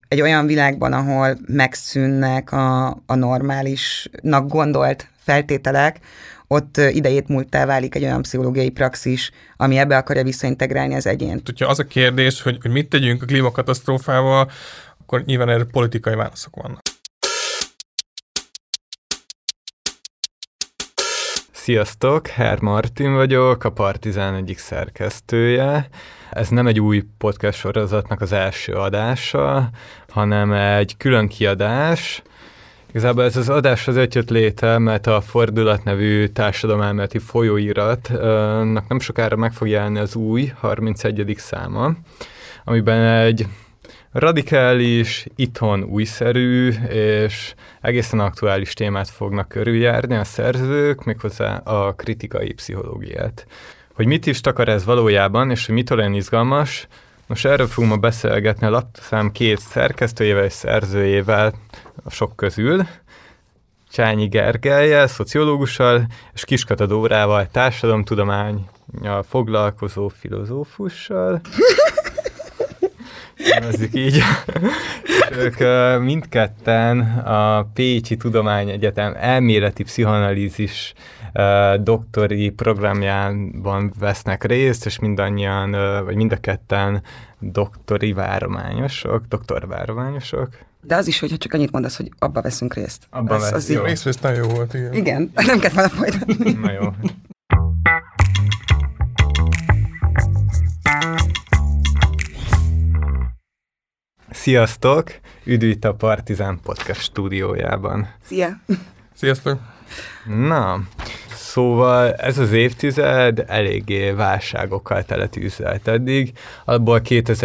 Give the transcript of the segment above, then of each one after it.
egy olyan világban, ahol megszűnnek a normálisnak gondolt feltételek, ott idejét múlttá válik egy olyan pszichológiai praxis, ami ebbe akarja visszaintegrálni az egyént. Hogyha az a kérdés, hogy mit tegyünk a klímakatasztrófával, akkor nyilván erre politikai válaszok vannak. Sziasztok, Herr Martin vagyok, a Partizán egyik szerkesztője. Ez nem egy új podcast sorozatnak az első adása, hanem egy külön kiadás. Igazából ez az adás azért jött létre, mert a Fordulat nevű társadalomelméleti folyóiratnak nem sokára meg fog jelenni az új 31. száma, amiben egy radikális, itthon újszerű és egészen aktuális témát fognak körüljárni a szerzők, méghozzá a kritikai pszichológiát. Hogy mit is takar ez valójában, és hogy mitől olyan izgalmas, most erről fogunk ma beszélgetni a lapszám két szerkesztőjével és szerzőjével a sok közül, Csányi Gergellyel, szociológussal, és Kiskata Dórával, társadalomtudománnyal foglalkozó filozófussal. Nevezzük így. Ők mindketten a Pécsi Tudományegyetem elméleti pszichoanalízis doktori programjában vesznek részt, és mindannyian, vagy mind a ketten doktorvárományosok. De az is, hogyha csak annyit mondasz, hogy abba veszünk részt. Abban veszünk. Jó, részvész nagyon jó volt, igen. Igen, nem kellett volna folytatni. Na jó. Sziasztok! Üdv itt a Partizán Podcast stúdiójában. Szia! Sziasztok! Na, szóval ez az évtized eléggé válságokkal teletűzelt eddig. Abból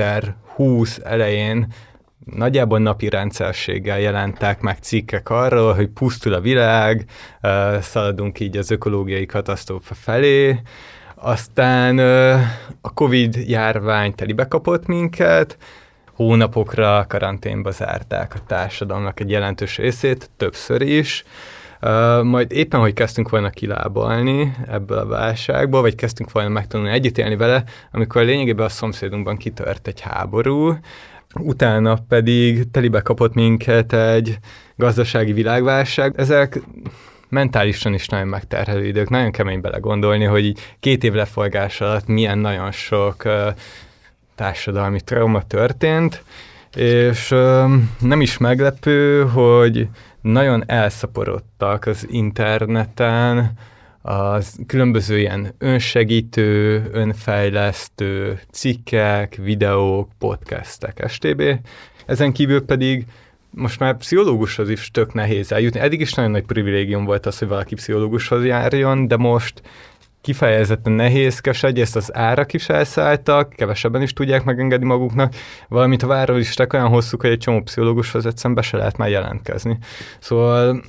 2020 elején nagyjából napi rendszerséggel jelentek meg cikkek arról, hogy pusztul a világ, szaladunk így az ökológiai katasztrófa felé. Aztán a Covid-járvány telibe kapott minket, hónapokra karanténba zárták a társadalomnak egy jelentős részét, többször is. Majd éppen, hogy kezdtünk volna kilábalni ebből a válságból, vagy kezdtünk volna megtanulni együtt élni vele, amikor lényegében a szomszédunkban kitört egy háború, utána pedig telibe kapott minket egy gazdasági világválság. Ezek mentálisan is nagyon megterhelő idők, nagyon kemény belegondolni, hogy így 2 év lefolgás alatt milyen nagyon sok társadalmi trauma történt, és nem is meglepő, hogy nagyon elszaporodtak az interneten az különböző ilyen önsegítő, önfejlesztő cikkek, videók, podcastek, stb. Ezen kívül pedig most már pszichológushoz is tök nehéz eljutni. Eddig is nagyon nagy privilégium volt az, hogy valaki pszichológushoz járjon, de most kifejezetten nehézkes, egyrészt az árak is elszálltak, kevesebben is tudják megengedni maguknak, valamint a várólisták olyan hosszúk, hogy egy csomó pszichológushoz egyszerűen be se lehet már jelentkezni. Szóval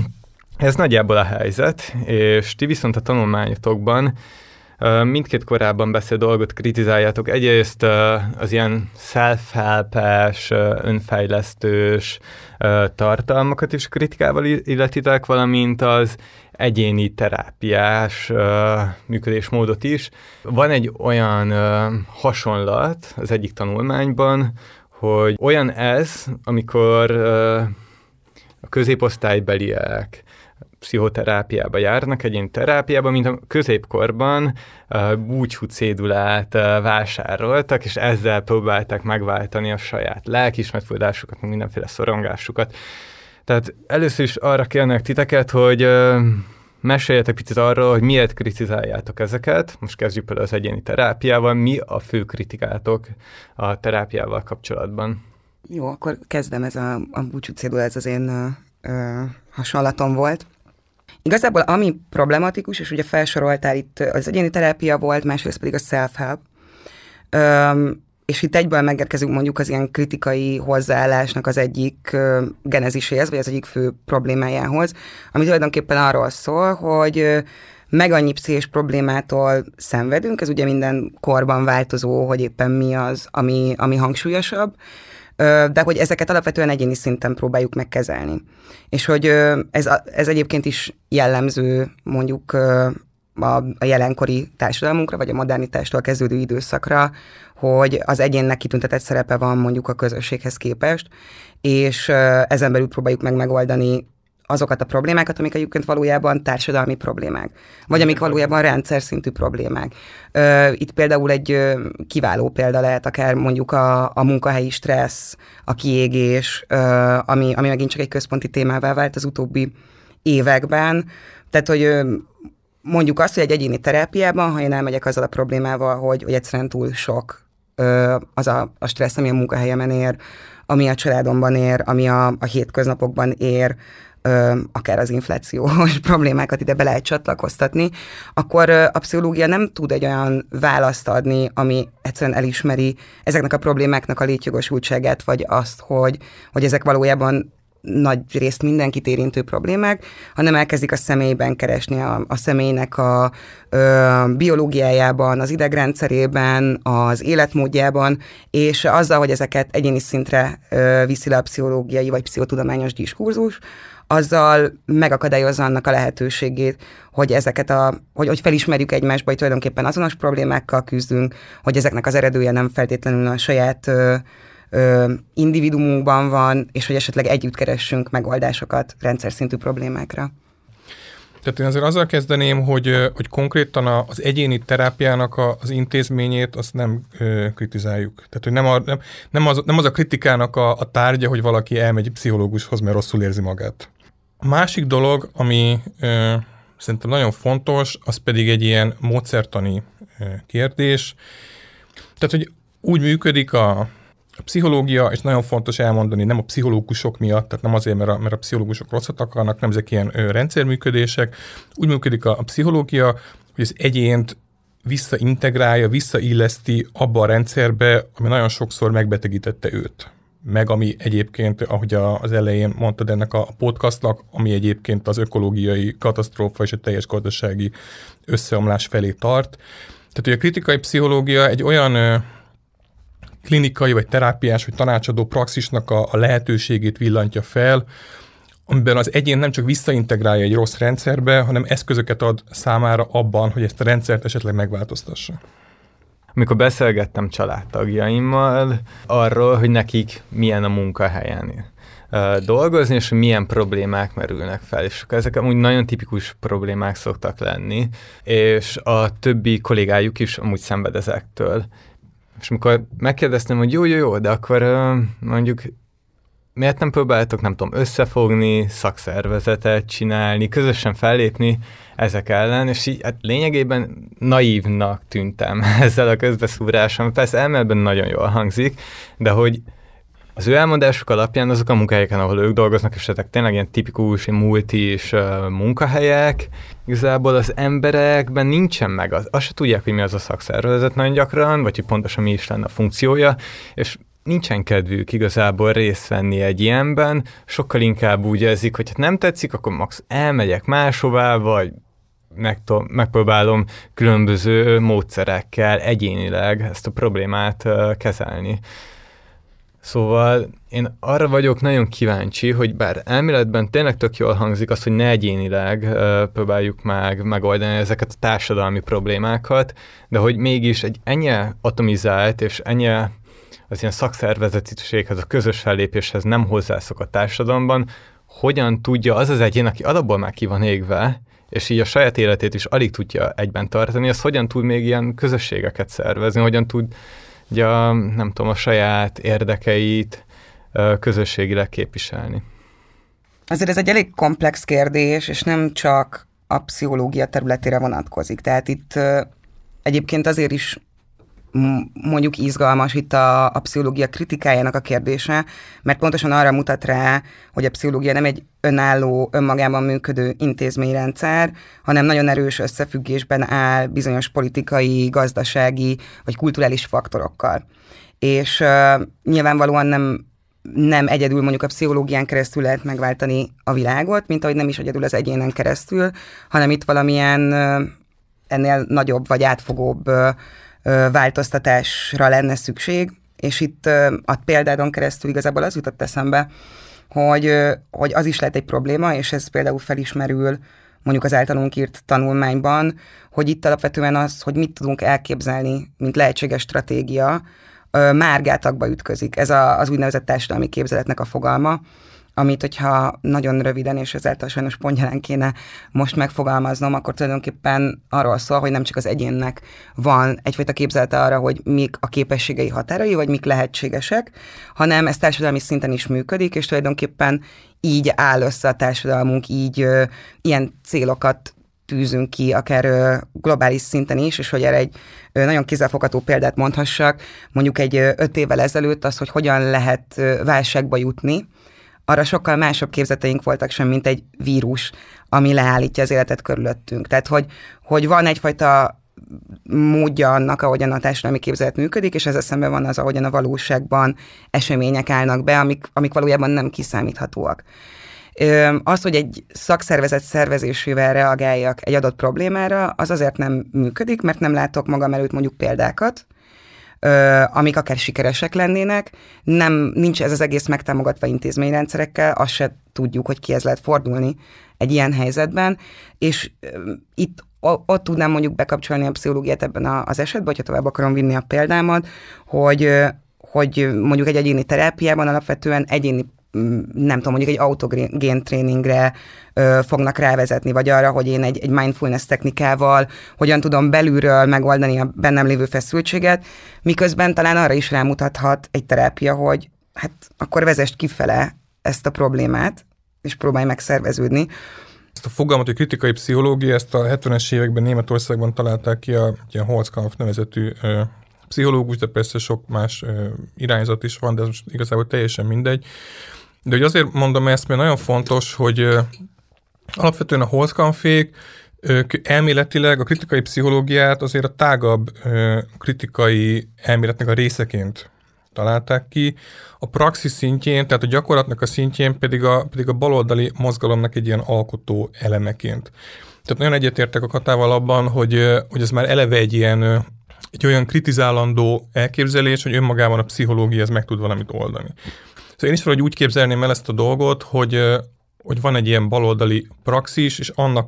ez nagyjából a helyzet, és ti viszont a tanulmányotokban mindkét korábban beszélt dolgot kritizáljátok. Egyrészt az ilyen self-help-es, önfejlesztős tartalmakat is kritikával illetitek, valamint az egyéni terápiás működésmódot is. Van egy olyan hasonlat az egyik tanulmányban, hogy olyan ez, amikor a középosztálybeliek pszichoterápiába járnak, egyéni terápiába, mint a középkorban búcsú cédulát vásároltak, és ezzel próbálták megváltani a saját lelkiismeretfordásukat, meg mindenféle szorongásukat. Tehát először is arra kérnek titeket, hogy meséljetek picit arról, hogy miért kritizáljátok ezeket. Most kezdjük például az egyéni terápiával. Mi a fő kritikátok a terápiával kapcsolatban? Jó, akkor kezdem, ez a búcsú cédula, ez az én hasonlatom volt. Igazából ami problematikus, és ugye felsoroltál itt, az egyéni terápia volt, másrészt pedig a self-help, és itt egyből megérkezünk mondjuk az ilyen kritikai hozzáállásnak az egyik geneziséhez, vagy az egyik fő problémájához, ami tulajdonképpen arról szól, hogy meg annyi pszichés problémától szenvedünk, ez ugye minden korban változó, hogy éppen mi az, ami hangsúlyosabb, de hogy ezeket alapvetően egyéni szinten próbáljuk megkezelni. És hogy ez egyébként is jellemző mondjuk a jelenkori társadalmunkra, vagy a modernitástól kezdődő időszakra, hogy az egyénnek kitüntetett szerepe van mondjuk a közösséghez képest, és ezen belül próbáljuk meg megoldani azokat a problémákat, amik egyébként valójában társadalmi problémák, vagy amik valójában rendszer szintű problémák. Itt például egy kiváló példa lehet akár mondjuk a munkahelyi stressz, a kiégés, ami megint csak egy központi témává vált az utóbbi években. Tehát, hogy mondjuk azt, hogy egy egyéni terápiában, ha én elmegyek azzal a problémával, hogy egyszerűen túl sok az a stressz, ami a munkahelyemen ér, ami a családomban ér, ami a hétköznapokban ér, akár az inflációs problémákat ide be lehet csatlakoztatni, akkor a pszichológia nem tud egy olyan választ adni, ami egyszerűen elismeri ezeknek a problémáknak a létjogosultságát, vagy azt, hogy ezek valójában nagy részt mindenkit érintő problémák, hanem elkezdik a személyben keresni, a személynek a biológiájában, az idegrendszerében, az életmódjában, és azzal, hogy ezeket egyéni szintre viszi le a pszichológiai vagy pszichotudományos diskurzus, azzal megakadályozza annak a lehetőségét, hogy ezeket hogy felismerjük egymásba, hogy tulajdonképpen azonos problémákkal küzdünk, hogy ezeknek az eredője nem feltétlenül a saját individumunkban van, és hogy esetleg együtt keressünk megoldásokat rendszer szintű problémákra. Tehát én azért azzal kezdeném, hogy konkrétan az egyéni terápiának az intézményét azt nem kritizáljuk. Tehát, hogy nem az a kritikának a tárgya, hogy valaki elmegy pszichológushoz, mert rosszul érzi magát. A másik dolog, ami szerintem nagyon fontos, az pedig egy ilyen módszertani kérdés. Tehát, hogy úgy működik a pszichológia, és nagyon fontos elmondani, nem a pszichológusok miatt, tehát nem azért, mert a pszichológusok rosszat akarnak, nem ezek ilyen rendszerműködések. Úgy működik a pszichológia, hogy az egyént visszaintegrálja, visszailleszti abba a rendszerbe, ami nagyon sokszor megbetegítette őt. Meg ami egyébként, ahogy az elején mondtad ennek a podcastnak, ami egyébként az ökológiai katasztrófa és a teljes gazdasági összeomlás felé tart. Tehát, hogy a kritikai pszichológia egy olyan klinikai, vagy terápiás, vagy tanácsadó praxisnak a lehetőségét villantja fel, amiben az egyén nem csak visszaintegrálja egy rossz rendszerbe, hanem eszközöket ad számára abban, hogy ezt a rendszert esetleg megváltoztassa. Amikor beszélgettem családtagjaimmal arról, hogy nekik milyen a munkahelyen dolgozni, és milyen problémák merülnek fel. És ezek amúgy nagyon tipikus problémák szoktak lenni, és a többi kollégájuk is amúgy szenved ezektől. És amikor megkérdeztem, hogy jó, de akkor mondjuk miért nem próbáltok, nem tudom, összefogni, szakszervezetet csinálni, közösen fellépni ezek ellen, és így hát lényegében naívnak tűntem ezzel a közbeszúrással. Persze elméletben nagyon jól hangzik, de hogy az ő elmondások alapján azok a munkahelyeken, ahol ők dolgoznak, és ezek tényleg ilyen tipikus, multis munkahelyek, igazából az emberekben nincsen meg azt se tudják, hogy mi az a szakszervezet nagyon gyakran, vagy hogy pontosan mi is lenne a funkciója, és nincsen kedvük igazából részt venni egy ilyenben, sokkal inkább úgy érzik, hogy hát nem tetszik, akkor max elmegyek máshová, vagy megpróbálom különböző módszerekkel egyénileg ezt a problémát kezelni. Szóval én arra vagyok nagyon kíváncsi, hogy bár elméletben tényleg tök jól hangzik az, hogy ne egyénileg próbáljuk megoldani ezeket a társadalmi problémákat, de hogy mégis egy ennyire atomizált és ennyire az ilyen szakszervezetiséghez, a közös fellépéshez nem hozzászokott társadalomban, hogyan tudja az egyén, aki alapból már ki van égve, és így a saját életét is alig tudja egyben tartani, az hogyan tud még ilyen közösségeket szervezni, hogyan tud nem tudom, a saját érdekeit közösségileg képviselni. Azért ez egy elég komplex kérdés, és nem csak a pszichológia területére vonatkozik. Tehát itt egyébként azért is mondjuk izgalmas itt a pszichológia kritikájának a kérdése, mert pontosan arra mutat rá, hogy a pszichológia nem egy önálló, önmagában működő intézményrendszer, hanem nagyon erős összefüggésben áll bizonyos politikai, gazdasági vagy kulturális faktorokkal. És nyilvánvalóan nem egyedül mondjuk a pszichológián keresztül lehet megváltani a világot, mint ahogy nem is egyedül az egyénen keresztül, hanem itt valamilyen ennél nagyobb vagy átfogóbb változtatásra lenne szükség, és itt a példádon keresztül igazából az jutott eszembe, hogy az is lehet egy probléma, és ez például felismerül mondjuk az általunk írt tanulmányban, hogy itt alapvetően az, hogy mit tudunk elképzelni, mint lehetséges stratégia, már gátakba ütközik. Ez az úgynevezett társadalmi képzeletnek a fogalma, amit, hogyha nagyon röviden és ezáltal sajnos pontjelen kéne most megfogalmaznom, akkor tulajdonképpen arról szól, hogy nem csak az egyénnek van egyfajta képzelete arra, hogy mik a képességei határai, vagy mik lehetségesek, hanem ez társadalmi szinten is működik, és tulajdonképpen így áll össze a társadalmunk, így ilyen célokat tűzünk ki, akár globális szinten is, és hogy erre egy nagyon kézzelfogható példát mondhassak, mondjuk egy 5 évvel ezelőtt az, hogy hogyan lehet válságba jutni, arra sokkal másabb képzeteink voltak sem, mint egy vírus, ami leállítja az életet körülöttünk. Tehát, hogy van egyfajta módja annak, ahogyan a társadalmi képzelet működik, és ezzel szemben van az, ahogyan a valóságban események állnak be, amik valójában nem kiszámíthatóak. Az, hogy egy szakszervezet szervezésével reagáljak egy adott problémára, az azért nem működik, mert nem látok magam előtt mondjuk példákat, amik akár sikeresek lennének, nincs ez az egész megtámogatva intézményrendszerekkel, azt se tudjuk, hogy kihez lehet fordulni egy ilyen helyzetben, és itt ott tudnám mondjuk bekapcsolni a pszichológiát ebben az esetben, hogyha tovább akarom vinni a példámat, hogy mondjuk egy egyéni terápiában alapvetően egyéni, nem tudom, mondjuk egy autogén tréningre fognak rávezetni, vagy arra, hogy én egy mindfulness technikával hogyan tudom belülről megoldani a bennem lévő feszültséget, miközben talán arra is rámutathat egy terápia, hogy hát akkor vezest kifele ezt a problémát, és próbálj megszerveződni. Ezt a fogalmat, hogy kritikai pszichológia, ezt a 70-es években Németországban találták ki a ilyen Holzkampf nevezetű pszichológus, de persze sok más irányzat is van, de ez most igazából teljesen mindegy. De hogy azért mondom ezt, mert nagyon fontos, hogy alapvetően a Holzkampfék elméletileg a kritikai pszichológiát azért a tágabb kritikai elméletnek a részeként találták ki. A praxis szintjén, tehát a gyakorlatnak a szintjén pedig a baloldali mozgalomnak egy ilyen alkotó elemeként. Tehát nagyon egyetértek a Katával abban, hogy ez már eleve egy olyan kritizálandó elképzelés, hogy önmagában a pszichológia ez meg tud valamit oldani. Szóval én is valahogy úgy képzelném el ezt a dolgot, hogy van egy ilyen baloldali praxis, és annak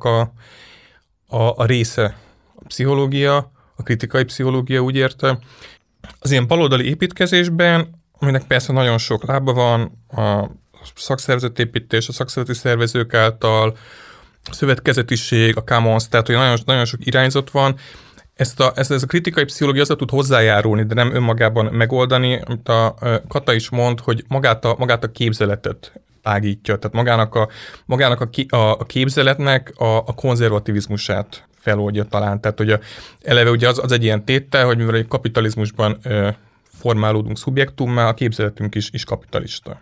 a része a pszichológia, a kritikai pszichológia, úgy értem. Az ilyen baloldali építkezésben, aminek persze nagyon sok lába van, a szakszervezetépítés, a szakszervezeti szervezők által, a szövetkezetiség, a commons, tehát hogy nagyon, nagyon sok irányzat van. Ez a kritikai pszichológia azzal tud hozzájárulni, de nem önmagában megoldani, amit a Kata is mond, hogy magát a képzeletet tágítja, tehát magának a képzeletnek a konzervativizmusát feloldja talán. Tehát hogy eleve ugye az egy ilyen tétel, hogy mivel egy kapitalizmusban formálódunk szubjektummá, a képzeletünk is kapitalista.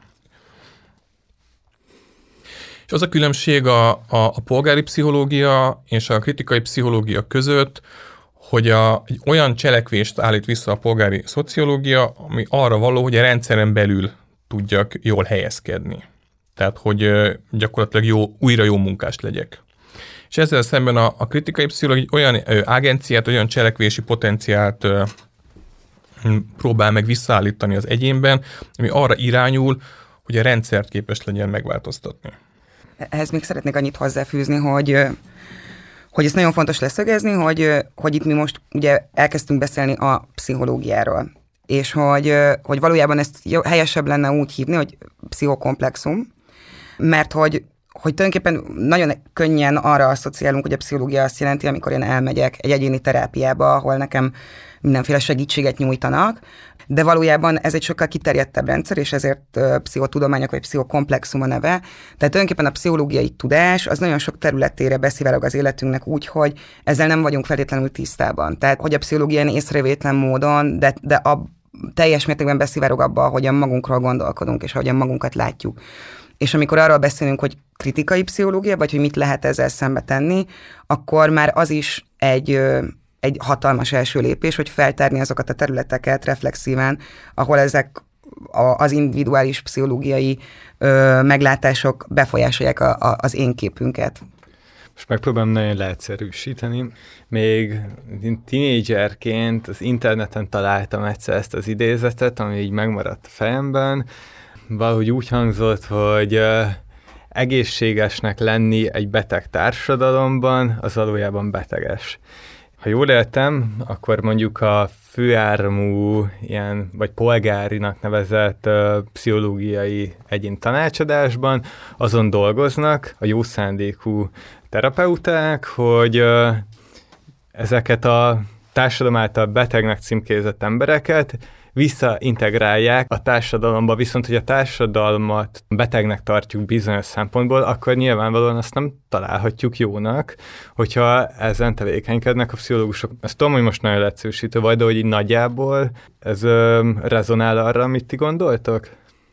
És az a különbség a polgári pszichológia és a kritikai pszichológia között, hogy egy olyan cselekvést állít vissza a polgári szociológia, ami arra való, hogy a rendszeren belül tudjak jól helyezkedni. Tehát, hogy gyakorlatilag újra jó munkás legyek. És ezzel szemben a kritikai pszichológia egy olyan agenciát, olyan cselekvési potenciált próbál meg visszaállítani az egyénben, ami arra irányul, hogy a rendszert képes legyen megváltoztatni. Ehhez még szeretnék annyit hozzáfűzni, hogy ezt nagyon fontos leszögezni, hogy itt mi most ugye elkezdtünk beszélni a pszichológiáról, és hogy valójában ezt helyesebb lenne úgy hívni, hogy pszichokomplexum, mert hogy tulajdonképpen nagyon könnyen arra asszociálunk, hogy a pszichológia azt jelenti, amikor én elmegyek egy egyéni terápiába, ahol nekem mindenféle segítséget nyújtanak, de valójában ez egy sokkal kiterjedtebb rendszer, és ezért pszichotudományok vagy pszichokomplexum a neve. Tehát tulajdonképpen a pszichológiai tudás az nagyon sok területére beszivárog az életünknek úgy, hogy ezzel nem vagyunk feltétlenül tisztában. Tehát, hogy a pszichológián észrevétlen módon, de teljes mértékben beszivárog abba, ahogyan magunkról gondolkodunk, és ahogyan magunkat látjuk. És amikor arról beszélünk, hogy kritikai pszichológia, vagy hogy mit lehet ezzel szembe tenni, akkor már az is egy hatalmas első lépés, hogy feltárni azokat a területeket reflexíven, ahol ezek az individuális pszichológiai meglátások befolyásolják az én képünket. Most megpróbálom nagyon leegyszerűsíteni. Még tínédzserként az interneten találtam egyszer ezt az idézetet, ami így megmaradt a fejemben. Valahogy úgy hangzott, hogy egészségesnek lenni egy beteg társadalomban, az valójában beteges. Ha jól értem, akkor mondjuk a főáramú ilyen, vagy polgárinak nevezett pszichológiai egyén tanácsadásban azon dolgoznak a jó szándékú terapeuták, hogy ezeket a társadalom által betegnek címkézett embereket visszaintegrálják a társadalomba, viszont hogy a társadalmat betegnek tartjuk bizonyos szempontból, akkor nyilvánvalóan azt nem találhatjuk jónak, hogyha ezen tevékenykednek a pszichológusok. Ezt tudom, hogy most nagyon leegyszerűsítő vagy, de hogy így nagyjából ez rezonál arra, amit ti gondoltok?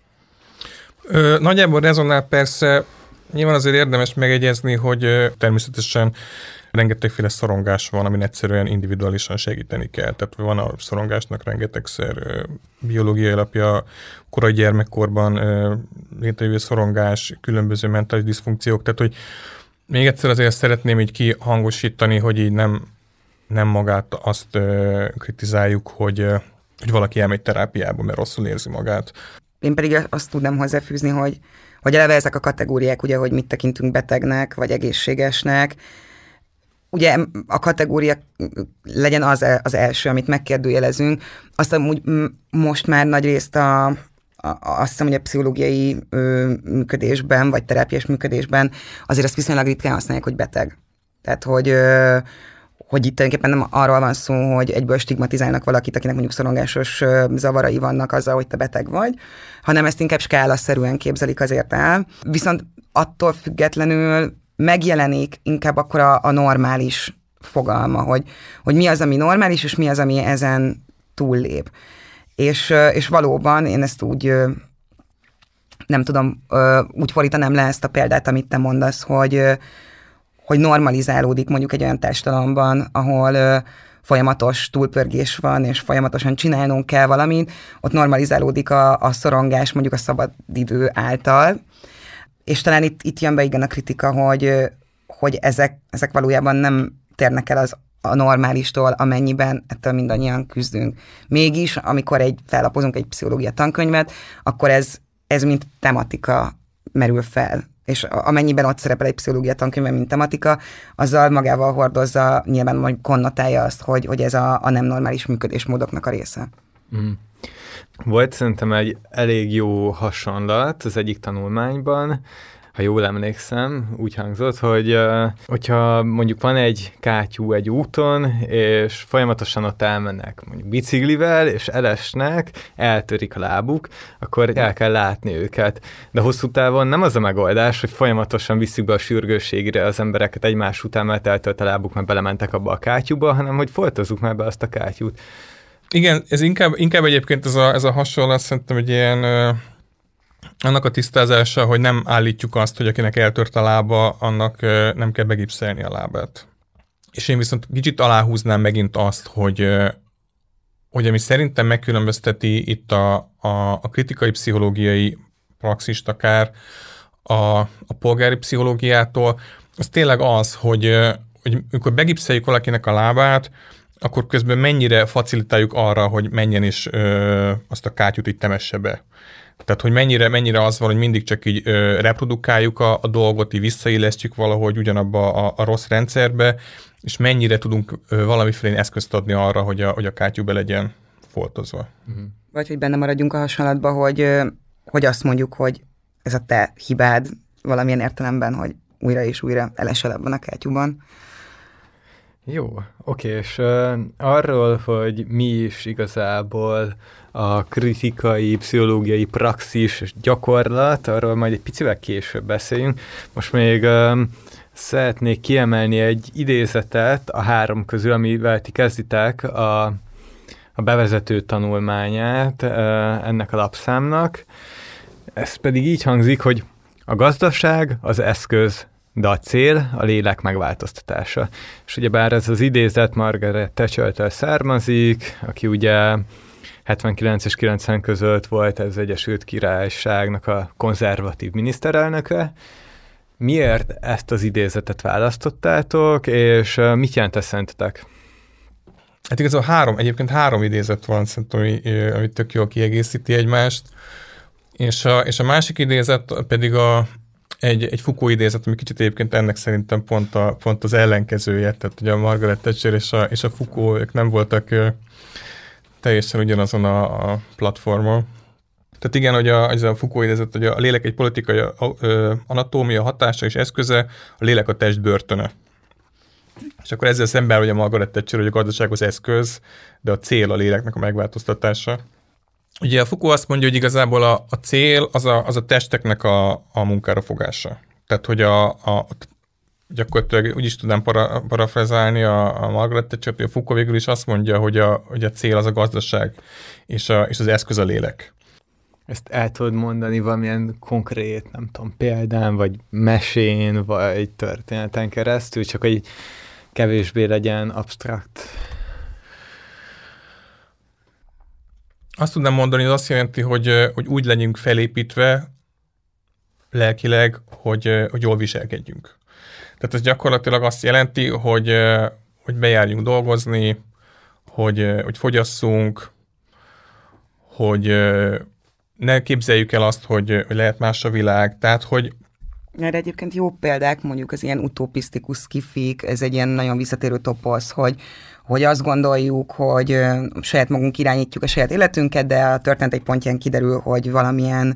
Nagyjából rezonál, persze. Nyilván azért érdemes megegyezni, hogy természetesen rengetegféle szorongás van, amin egyszerűen individuálisan segíteni kell. Tehát van a szorongásnak rengetegszer biológiai alapja, korai gyermekkorban létrejövő szorongás, különböző mentális diszfunkciók. Tehát, hogy még egyszer azért szeretném így kihangosítani, hogy így nem magát azt kritizáljuk, hogy valaki elmegy terápiába, mert rosszul érzi magát. Én pedig azt tudnám hozzáfűzni, hogy eleve ezek a kategóriák, ugye, hogy mit tekintünk betegnek, vagy egészségesnek. Ugye a kategória legyen az első, amit megkérdőjelezünk. Azt amúgy most már nagyrészt azt hiszem, hogy a pszichológiai működésben, vagy terápiás működésben azért azt viszonylag ritkán használják, hogy beteg. Tehát, hogy itt tulajdonképpen nem arról van szó, hogy egyből stigmatizálnak valakit, akinek mondjuk szorongásos zavarai vannak azzal, hogy te beteg vagy, hanem ezt inkább skálaszerűen képzelik azért el. Viszont attól függetlenül megjelenik inkább akkor a normális fogalma, hogy mi az, ami normális, és mi az, ami ezen túllép. És valóban én ezt úgy, nem tudom, úgy fordítanám le ezt a példát, amit te mondasz, hogy normalizálódik mondjuk egy olyan társadalomban, ahol folyamatos túlpörgés van, és folyamatosan csinálnunk kell valamit, ott normalizálódik a szorongás mondjuk a szabadidő által, és talán itt jön be igen a kritika, hogy ezek valójában nem térnek el a normálistól, amennyiben ettől mindannyian küzdünk. Mégis, amikor fellapozunk egy pszichológia tankönyvet, akkor ez mint tematika merül fel. És amennyiben ott szerepel egy pszichológia tankönyve, mint tematika, azzal magával hordozza, nyilván majd konnotálja azt, hogy ez a nem normális működésmódoknak a része. Mm. Volt szerintem egy elég jó hasonlat az egyik tanulmányban, ha jól emlékszem, úgy hangzott, hogy hogyha mondjuk van egy kátyú egy úton, és folyamatosan ott elmennek mondjuk biciklivel, és elesnek, eltörik a lábuk, akkor el kell látni őket. De hosszú távon nem az a megoldás, hogy folyamatosan visszük be a sürgősségre az embereket egymás után, mert eltölt a lábuk, mert belementek abba a kátyúba, hanem hogy foltozzuk már be azt a kátyút. Igen, ez inkább egyébként ez a hasonlat szerintem egy ilyen annak a tisztázása, hogy nem állítjuk azt, hogy akinek eltört a lába, annak nem kell begipszelni a lábát. És én viszont kicsit aláhúznám megint azt, hogy ami szerintem megkülönbözteti itt a kritikai pszichológiai praxist akár a polgári pszichológiától, az tényleg az, hogy amikor begipszeljük valakinek a lábát, akkor közben mennyire facilitáljuk arra, hogy menjen is azt a kátyút így temesse be. Tehát, hogy mennyire az van, hogy mindig csak így reprodukáljuk a dolgot, így visszaillesztjük valahogy ugyanabba a rossz rendszerbe, és mennyire tudunk valamiféle eszközt adni arra, hogy a kátyú be legyen foltozva. Vagy hogy benne maradjunk a hasonlatba, hogy azt mondjuk, hogy ez a te hibád valamilyen értelemben, hogy újra és újra elesel ebben a kátyúban. Jó, oké, és arról, hogy mi is igazából a kritikai, pszichológiai praxis és gyakorlat, arról majd egy picivel később beszéljünk. Most még szeretnék kiemelni egy idézetet a 3 közül, amivel ti kezditek a bevezető tanulmányát ennek a lapszámnak. Ez pedig így hangzik, hogy a gazdaság az eszköz, de a cél a lélek megváltoztatása. És ugyebár ez az idézet Margaret Thatcher-től származik, aki ugye 79 és 90 között volt az Egyesült Királyságnak a konzervatív miniszterelnöke. Miért ezt az idézetet választottátok, és mit jelent ez szerintetek? Hát igazából egyébként 3 idézet van, szerintem, ami tök jól kiegészíti egymást, és a másik idézet pedig egy Foucault idézet, ami kicsit egyébként ennek szerintem pont az ellenkezője, tehát ugye a Margaret Thatcher és a Foucault, ők nem voltak teljesen ugyanazon a platformon. Tehát igen, hogy ez a Foucault idézet, hogy a lélek egy politikai anatómia, hatása és eszköze, a lélek a test börtöne. És akkor ezzel szemben, hogy a Margaret Thatcher, hogy a gazdaság az eszköz, de a cél a léleknek a megváltoztatása. Ugye a Foucault azt mondja, hogy igazából a cél az a testeknek a munkára fogása. Tehát, hogy gyakorlatilag úgy is tudnám parafrazálni a Margaret Thatcher, hogy a Foucault végül is azt mondja, hogy a cél az a gazdaság, és az eszköz a lélek. Ezt el tudod mondani valamilyen konkrét, nem tudom, példán, vagy mesén, vagy történeten keresztül, csak hogy kevésbé legyen absztrakt? Azt tudnám mondani, hogy az azt jelenti, hogy úgy legyünk felépítve lelkileg, hogy jól viselkedjünk. Tehát ez gyakorlatilag azt jelenti, hogy bejárjunk dolgozni, hogy fogyasszunk, hogy ne képzeljük el azt, hogy lehet más a világ, tehát hogy... Erre egyébként jó példák, mondjuk az ilyen utopisztikus skifik, ez egy ilyen nagyon visszatérő toposz, hogy azt gondoljuk, hogy saját magunk irányítjuk a saját életünket, de a történet egy pontján kiderül, hogy valamilyen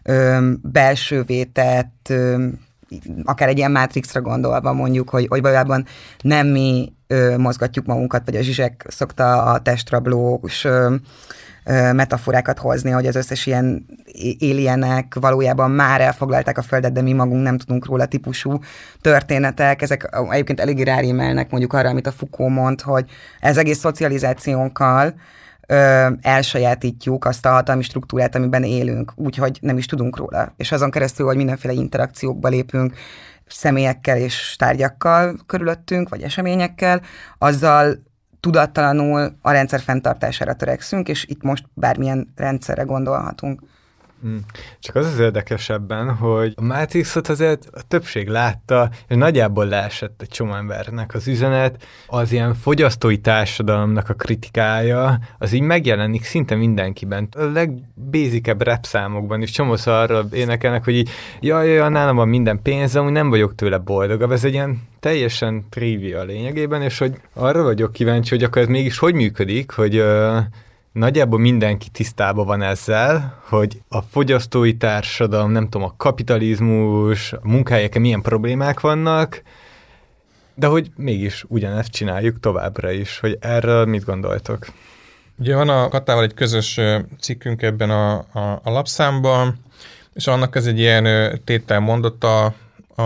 belsővé tett, akár egy ilyen Matrixra gondolva mondjuk, hogy valójában nem mi mozgatjuk magunkat, vagy a Zsizsek szokta a testrablós metaforákat hozni, hogy az összes ilyen alienek valójában már elfoglalták a Földet, de mi magunk nem tudunk róla típusú történetek. Ezek egyébként eléggé rárímelnek mondjuk arra, amit a Foucault mond, hogy ez egész szocializációnkkal elsajátítjuk azt a hatalmi struktúrát, amiben élünk, úgyhogy nem is tudunk róla. És azon keresztül, hogy mindenféle interakciókba lépünk személyekkel és tárgyakkal körülöttünk, vagy eseményekkel, azzal tudattalanul a rendszer fenntartására törekszünk, és itt most bármilyen rendszerre gondolhatunk. Csak az érdekesebben, hogy a Matrixot azért a többség látta, és nagyjából leesett egy csomó embernek az üzenet, az ilyen fogyasztói társadalomnak a kritikája, az így megjelenik szinte mindenkiben. A legbézikebb rap számokban is csomószor arra énekelnek, hogy így, jaj, nálam van minden pénz, amúgy nem vagyok tőle boldogabb. Ez egy ilyen teljesen trivia lényegében, és hogy arra vagyok kíváncsi, hogy akkor ez mégis hogy működik, hogy nagyjából mindenki tisztában van ezzel, hogy a fogyasztói társadalom, nem tudom, a kapitalizmus, a munkahelyeken milyen problémák vannak, de hogy mégis ugyanezt csináljuk továbbra is, hogy erről mit gondoltok? Ugye van a Katával egy közös cikkünk ebben a lapszámban, és annak ez egy ilyen tételmondata,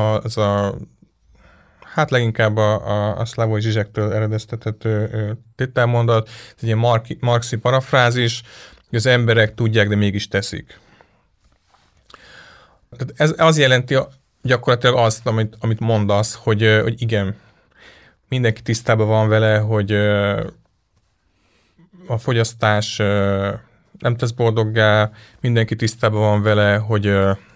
hát leginkább a Slavoj Žižektől eredeztetett tételmondat, ez egy ilyen marxi parafrázis, hogy az emberek tudják, de mégis teszik. Tehát ez az jelenti gyakorlatilag azt, amit mondasz, hogy igen, mindenki tisztában van vele, hogy a fogyasztás nem tesz boldoggá, mindenki tisztában van vele, hogy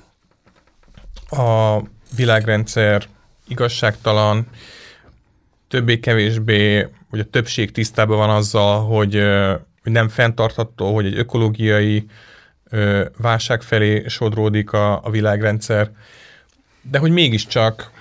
a világrendszer igazságtalan, többé-kevésbé, hogy a többség tisztában van azzal, hogy nem fenntartható, hogy egy ökológiai válság felé sodródik a világrendszer, de hogy mégiscsak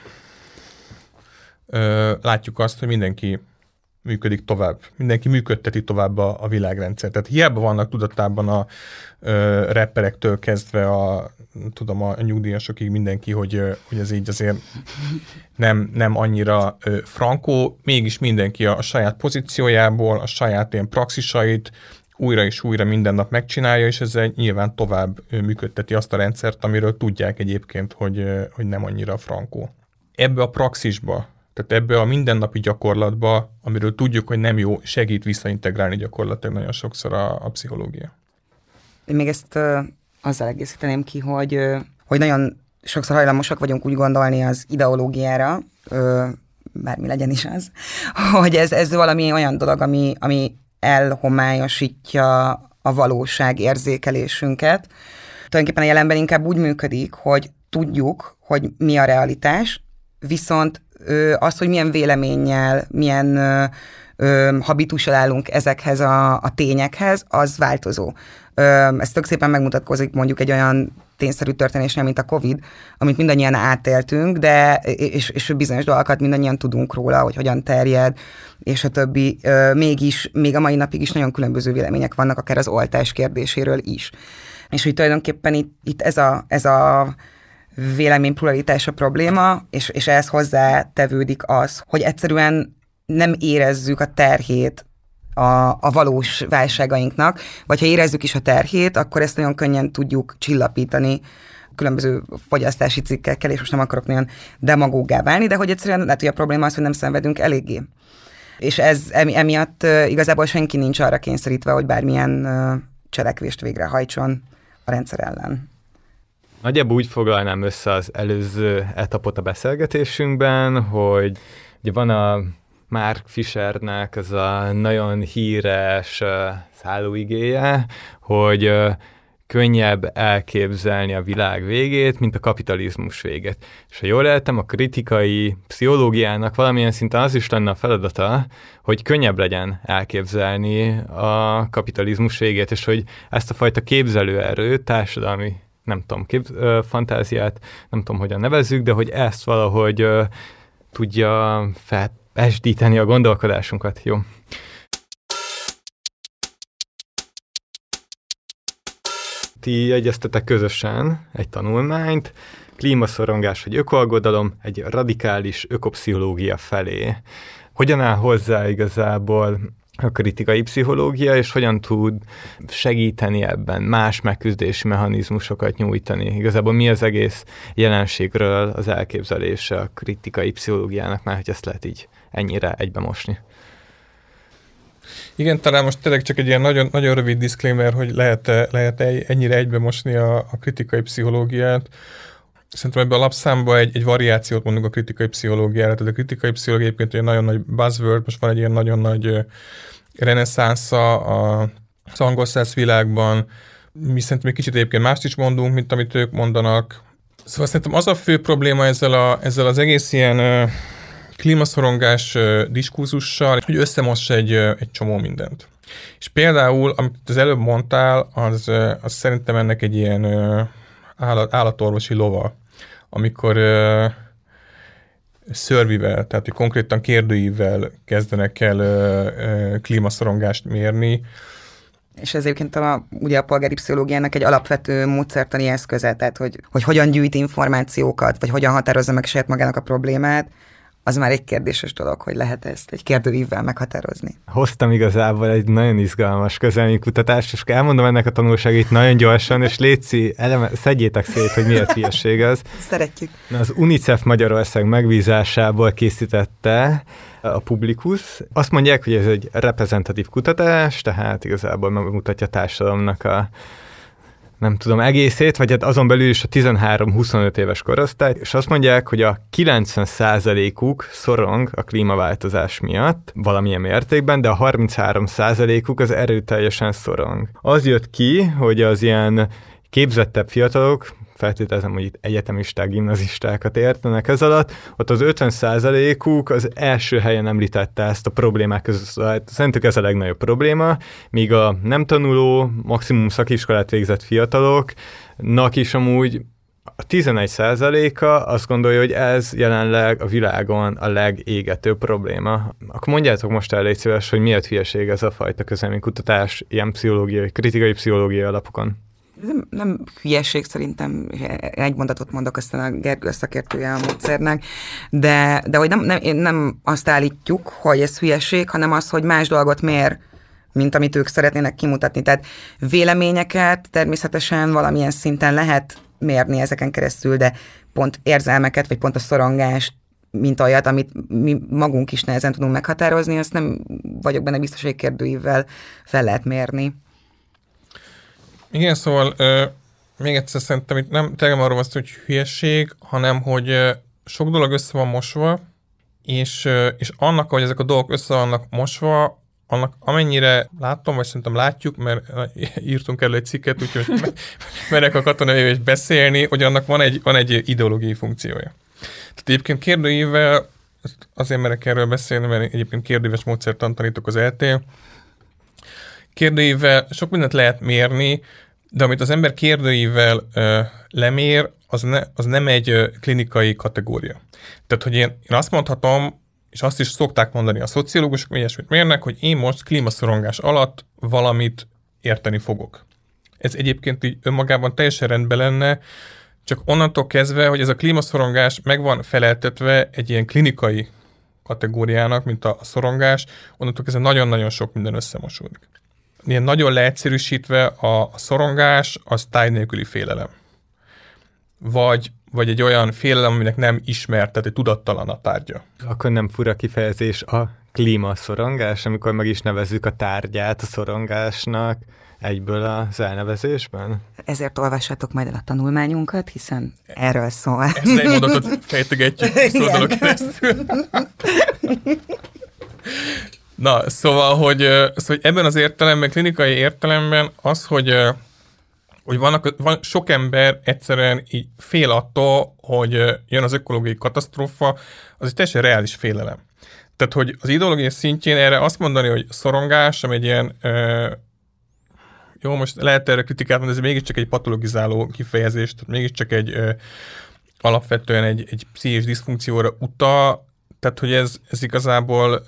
látjuk azt, hogy mindenki működik tovább, mindenki működteti tovább a világrendszer. Tehát hiába vannak tudatában a rapperektől kezdve a nyugdíjasokig mindenki, hogy ez így azért nem annyira frankó, mégis mindenki a saját pozíciójából, a saját ilyen praxisait újra és újra minden nap megcsinálja, és ezzel nyilván tovább működteti azt a rendszert, amiről tudják egyébként, hogy nem annyira frankó. Ebbe a praxisba, tehát ebbe a mindennapi gyakorlatba, amiről tudjuk, hogy nem jó, segít visszaintegrálni gyakorlatilag nagyon sokszor a pszichológia. Én még ezt azzal egészíteném ki, hogy nagyon sokszor hajlamosak vagyunk úgy gondolni az ideológiára, bármi legyen is az, hogy ez valami olyan dolog, ami elhomályosítja a valóság érzékelésünket. Tulajdonképpen a jelenben inkább úgy működik, hogy tudjuk, hogy mi a realitás, viszont az, hogy milyen véleménnyel, milyen habitussal állunk ezekhez a tényekhez, az változó. Ez tök szépen megmutatkozik mondjuk egy olyan tényszerű történésnél, mint a Covid, amit mindannyian átéltünk, de és bizonyos dolgokat mindannyian tudunk róla, hogy hogyan terjed, és a többi. Mégis, még a mai napig is nagyon különböző vélemények vannak, akár az oltás kérdéséről is. És hogy tulajdonképpen itt ez a véleménypluralitás a probléma, és ehhez hozzátevődik az, hogy egyszerűen nem érezzük a terhét a valós válságainknak, vagy ha érezzük is a terhét, akkor ezt nagyon könnyen tudjuk csillapítani különböző fogyasztási cikkekkel, és most nem akarok nagyon demagóggá válni, de hogy egyszerűen lehet, hogy a probléma az, hogy nem szenvedünk eléggé. És emiatt igazából senki nincs arra kényszerítve, hogy bármilyen cselekvést végrehajtson a rendszer ellen. Nagyjából úgy foglalnám össze az előző etapot a beszélgetésünkben, hogy ugye van a Mark Fishernek az a nagyon híres szállóigéje, hogy könnyebb elképzelni a világ végét, mint a kapitalizmus végét. És ha jól értem, a kritikai pszichológiának valamilyen szinten az is lenne a feladata, hogy könnyebb legyen elképzelni a kapitalizmus végét, és hogy ezt a fajta képzelőerőt, társadalmi, nem tudom, fantáziát, nem tudom, hogyan nevezzük, de hogy ezt valahogy tudja felpesdíteni a gondolkodásunkat. Jó. Ti jegyeztetek közösen egy tanulmányt, klímaszorongás vagy ökoaggodalom egy radikális ökopszichológia felé. Hogyan áll hozzá igazából a kritikai pszichológia, és hogyan tud segíteni ebben, más megküzdési mechanizmusokat nyújtani? Igazából mi az egész jelenségről az elképzelése a kritikai pszichológiának, már hogy ezt lehet így ennyire egybemosni? Igen, talán most tényleg csak egy ilyen nagyon, nagyon rövid disclaimer, hogy lehet ennyire egybemosni a kritikai pszichológiát. Szerintem ebben a lapszámban egy variációt mondunk a kritikai pszichológiára. Tehát a kritikai pszichológia egyébként egy nagyon nagy buzzword, most van egy ilyen nagyon nagy reneszánsza az angol száz világban. Mi szerintem egy kicsit egyébként mást is mondunk, mint amit ők mondanak. Szóval szerintem az a fő probléma ezzel az egész ilyen klímaszorongás diskurzussal, hogy összemossa egy csomó mindent. És például, amit az előbb mondtál, az szerintem ennek egy ilyen állatorvosi lova, amikor szörvivel, tehát hogy konkrétan kérdőívvel kezdenek el klímaszorongást mérni. És ez egyébként ugye a polgári pszichológiának egy alapvető módszertani eszköze, tehát hogy hogyan gyűjt információkat, vagy hogyan határozza meg saját magának a problémát, az már egy kérdéses dolog, hogy lehet ezt egy kérdőívvel meghatározni. Hoztam igazából egy nagyon izgalmas közvéleménykutatást, és elmondom ennek a tanulságait nagyon gyorsan, és létszi, szedjétek szét, hogy miért hülyeség ez. Szeretjük. Az UNICEF Magyarország megbízásából készítette a Publikus. Azt mondják, hogy ez egy reprezentatív kutatás, tehát igazából megmutatja a társadalomnak a nem tudom, egészét, vagy hát azon belül is a 13-25 éves korosztály, és azt mondják, hogy a 90%-uk szorong a klímaváltozás miatt valamilyen mértékben, de a 33%-uk az erőteljesen szorong. Az jött ki, hogy az ilyen képzettebb fiatalok, feltételezem, hogy itt egyetemisták, gimnazistákat értenek ez alatt, ott az 50%-uk az első helyen említette ezt a problémák között. Szerintük ez a legnagyobb probléma, míg a nem tanuló, maximum szakiskolát végzett fiataloknak is amúgy a 11%-a azt gondolja, hogy ez jelenleg a világon a legégetőbb probléma. Akkor mondjátok most el, légy szíves, hogy miért hülyeség ez a fajta közvéleménykutatás ilyen pszichológiai, kritikai pszichológiai alapokon. Nem hülyeség szerintem, egy mondatot mondok, aztán a Gergő a szakértője a módszernek, de hogy nem azt állítjuk, hogy ez hülyeség, hanem az, hogy más dolgot mér, mint amit ők szeretnének kimutatni. Tehát véleményeket természetesen valamilyen szinten lehet mérni ezeken keresztül, de pont érzelmeket, vagy pont a szorongást, mint olyat, amit mi magunk is nehezen tudunk meghatározni, azt nem vagyok benne biztos, hogy kérdőívvel fel lehet mérni. Igen, szóval még egyszer szerintem itt nem tényleg arról van szó, hogy hülyeség, hanem hogy sok dolog össze van mosva, és annak, hogy ezek a dolgok össze vannak mosva, annak amennyire látom, vagy szerintem látjuk, mert írtunk elő egy cikket, úgyhogy merek a katonai is beszélni, hogy annak van egy ideológiai funkciója. Tehát egyébként kérdőívvel, azért merek erről beszélni, mert egyébként kérdőíves módszertant tanítok az ELTén. Kérdőívvel sok mindent lehet mérni, de amit az ember kérdőivel lemér, az nem egy klinikai kategória. Tehát, hogy én azt mondhatom, és azt is szokták mondani a szociológusok, ilyesmit mérnek, hogy én most klímaszorongás alatt valamit érteni fogok. Ez egyébként így önmagában teljesen rendben lenne, csak onnantól kezdve, hogy ez a klímaszorongás meg van feleltetve egy ilyen klinikai kategóriának, mint a szorongás, onnantól kezdve nagyon-nagyon sok minden összemosódik. Ilyen nagyon leegyszerűsítve a szorongás az táj nélküli félelem. Vagy egy olyan félelem, aminek nem ismert, tehát egy tudattalan a tárgya. Akkor nem fura kifejezés a klímaszorongás, amikor meg is nevezzük a tárgyát a szorongásnak egyből az elnevezésben? Ezért olvassátok majd el a tanulmányunkat, hiszen erről szól. Ezt egy mondatot fejtegetjük szóval keresztül. Na, szóval, hogy ebben az értelemben, klinikai értelemben az, hogy van sok ember egyszerűen így fél attól, hogy jön az ökológiai katasztrófa, az egy teljesen reális félelem. Tehát, hogy az ideológiai szintjén erre azt mondani, hogy szorongás, ami egy ilyen, jó, most lehet erre kritikát mondani, ez mégiscsak egy patologizáló kifejezés, tehát mégiscsak alapvetően egy pszichés diszfunkcióra utal, tehát, hogy ez igazából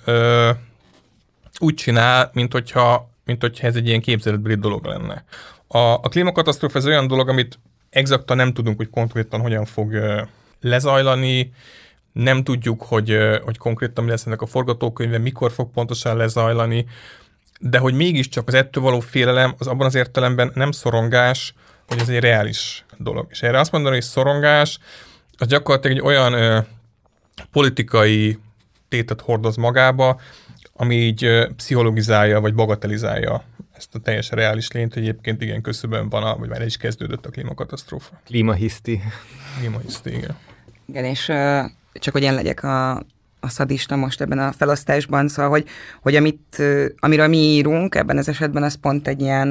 úgy csinál, mint hogyha ez egy ilyen képzeletbeli dolog lenne. A klímakatasztrófa ez olyan dolog, amit exaktan nem tudunk, hogy konkrétan hogyan fog lezajlani, nem tudjuk, hogy konkrétan mi lesz ennek a forgatókönyve, mikor fog pontosan lezajlani, de hogy mégiscsak az ettől való félelem az abban az értelemben nem szorongás, hogy ez egy reális dolog. És erre azt mondani, hogy szorongás, az gyakorlatilag egy olyan politikai tétet hordoz magába, ami így pszichologizálja, vagy bagatelizálja ezt a teljesen reális lényt, hogy egyébként igen köszönben van, vagy már el is kezdődött a klímakatasztrófa. Klímahiszti, igen. Igen, és csak hogy én legyek a szadista most ebben a felosztásban, szóval, hogy amiről mi írunk ebben az esetben, az pont egy ilyen,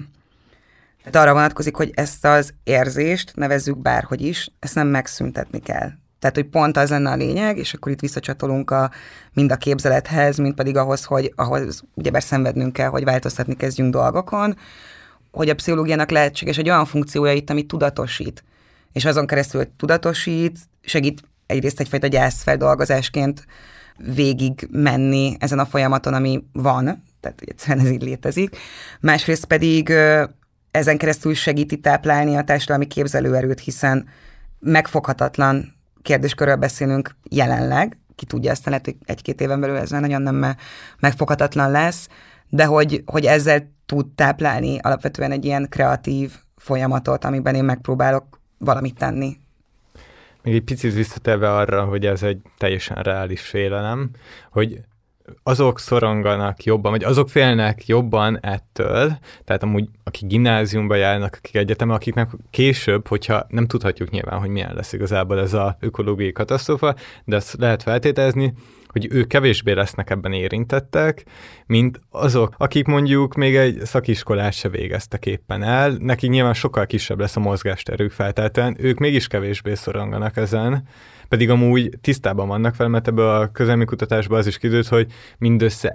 tehát arra vonatkozik, hogy ezt az érzést, nevezzük bárhogy is, ezt nem megszüntetni kell. Tehát, hogy pont az lenne a lényeg, és akkor itt visszacsatolunk mind a képzelethez, mind pedig ahhoz ugyebár szenvednünk kell, hogy változtatni kezdjünk dolgokon, hogy a pszichológiának lehetséges egy olyan funkciója itt, amit tudatosít. És azon keresztül, hogy tudatosít, segít egyrészt egyfajta gyászfeldolgozásként végig menni ezen a folyamaton, ami van, tehát egyszerűen ez így létezik. Másrészt pedig ezen keresztül segíti táplálni a társadalmi képzelőerőt, hiszen megfoghatatlan kérdéskörről beszélünk jelenleg, ki tudja, aztán lehet, hogy 1-2 éven belül ez nagyon nem megfoghatatlan lesz, de hogy ezzel tud táplálni alapvetően egy ilyen kreatív folyamatot, amiben én megpróbálok valamit tenni. Még egy picit visszatérve arra, hogy ez egy teljesen reális félelem, hogy azok szoronganak jobban, vagy azok félnek jobban ettől, tehát amúgy akik gimnáziumba járnak, akik egyetemen, akiknek később, hogyha nem tudhatjuk nyilván, hogy milyen lesz igazából ez az ökológiai katasztrófa, de azt lehet feltételezni, hogy ők kevésbé lesznek ebben érintettek, mint azok, akik mondjuk még egy szakiskolát se végeztek éppen el, nekik nyilván sokkal kisebb lesz a mozgásterük feltétlenül, ők mégis kevésbé szoronganak ezen, pedig amúgy tisztában vannak vele, mert ebből a közelmi kutatásban az is kiderült, hogy mindössze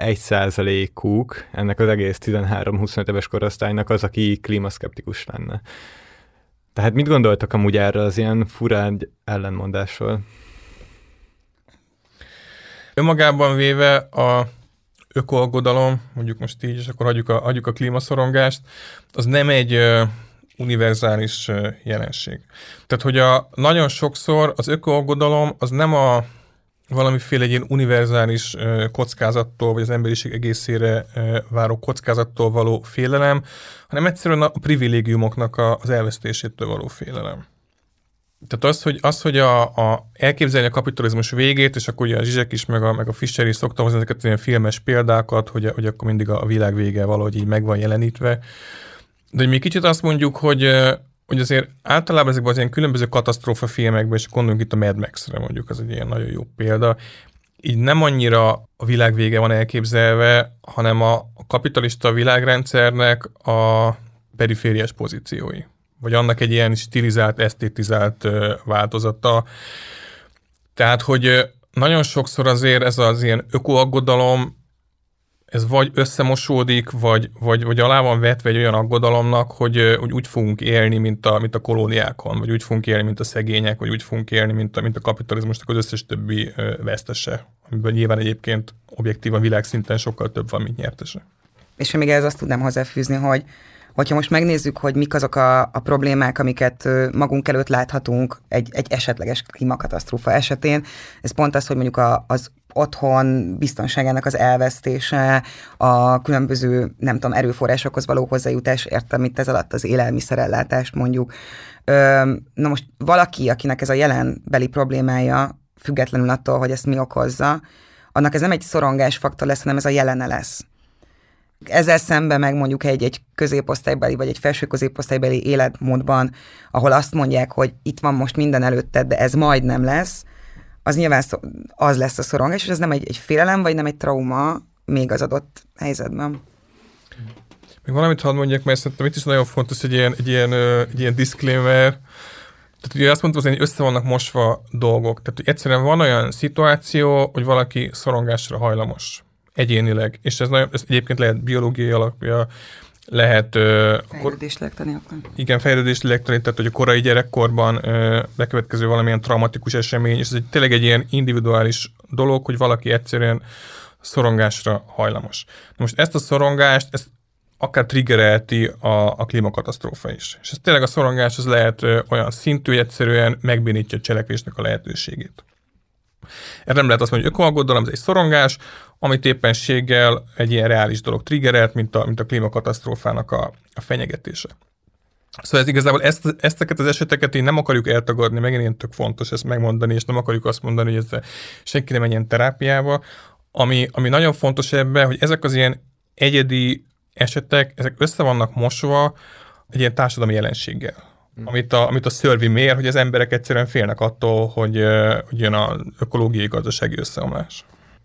1%-uk ennek az egész 13-25 éves korosztálynak az, aki klímaszkeptikus lenne. Tehát mit gondoltak amúgy erre az ilyen furán ellenmondásról? Önmagában véve a ökoaggodalom, mondjuk most így, és akkor hagyjuk a klímaszorongást, az nem egy univerzális jelenség. Tehát, hogy nagyon sokszor az ökoaggodalom az nem a valamiféle egy ilyen univerzális kockázattól, vagy az emberiség egészére váró kockázattól való félelem, hanem egyszerűen a privilégiumoknak az elvesztésétől való félelem. Tehát az, hogy elképzelni a kapitalizmus végét, és akkor ugye a Zsizsek is, meg a Fischer is szokta hozni ezeket ilyen filmes példákat, hogy akkor mindig a világ vége valahogy így meg van jelenítve. De hogy még kicsit azt mondjuk, hogy azért általában ezekben az ilyen különböző katasztrófa filmekben, és gondoljunk itt a Mad Max-re mondjuk, az egy ilyen nagyon jó példa, így nem annyira a világ vége van elképzelve, hanem a kapitalista világrendszernek a perifériás pozíciói. Vagy annak egy ilyen stilizált, esztétizált változata. Tehát, hogy nagyon sokszor azért ez az ilyen ökoaggodalom, ez vagy összemosódik, vagy alá van vetve egy olyan aggodalomnak, hogy úgy fogunk élni, mint a kolóniákon, vagy úgy fogunk élni, mint a szegények, vagy úgy fogunk élni, mint a kapitalizmusnak az összes többi vesztese, amiből nyilván egyébként objektívan világszinten sokkal több van, mint nyertese. És még ehhez azt tudnám hozzáfűzni, hogyha most megnézzük, hogy mik azok a problémák, amiket magunk előtt láthatunk egy esetleges klímakatasztrófa esetén, ez pont az, hogy mondjuk az otthon biztonságának az elvesztése, a különböző, nem tudom, erőforrásokhoz való hozzájutás, értem itt ez alatt az élelmiszerellátást mondjuk. Na most valaki, akinek ez a jelenbeli problémája, függetlenül attól, hogy ezt mi okozza, annak ez nem egy szorongásfaktor lesz, hanem ez a jelene lesz. Ezzel szemben meg mondjuk egy középosztálybeli vagy egy felső középosztálybeli életmódban, ahol azt mondják, hogy itt van most minden előtted, de ez majd nem lesz, az nyilván az lesz a szorongás, és ez nem egy félelem, vagy nem egy trauma még az adott helyzetben. Még valamit hadd mondjak, mert szerintem itt is nagyon fontos egy ilyen disclaimer. Tehát ugye azt mondtam, hogy össze vannak mosva dolgok. Tehát egyszerűen van olyan szituáció, hogy valaki szorongásra hajlamos egyénileg, és ez egyébként lehet biológiai alapja, lehet... Fejlődéslélektani akkor. Igen, fejlődéslélektani, tehát hogy a korai gyerekkorban bekövetkező valamilyen traumatikus esemény, és ez tényleg egy ilyen individuális dolog, hogy valaki egyszerűen szorongásra hajlamos. Na most ezt a szorongást, ezt akár triggerelti a klímakatasztrófa is. És ez tényleg a szorongás az lehet olyan szintű, hogy egyszerűen megbénítja a cselekvésnek a lehetőségét. Erre nem lehet azt mondani, hogy ökoaggodalom, ez egy szorongás, amit éppenséggel egy ilyen reális dolog triggerelt, mint a klímakatasztrófának a fenyegetése. Szóval ez igazából ezteket az eseteket én nem akarjuk eltagadni, megint ilyen tök fontos ezt megmondani, és nem akarjuk azt mondani, hogy ezzel senki nem menjen terápiába. Ami nagyon fontos ebben, hogy ezek az ilyen egyedi esetek, ezek össze vannak mosva egy ilyen társadalmi jelenséggel. Amit a Survey mér, hogy az emberek egyszerűen félnek attól, hogy jön az ökológiai gazdasági összeomlás.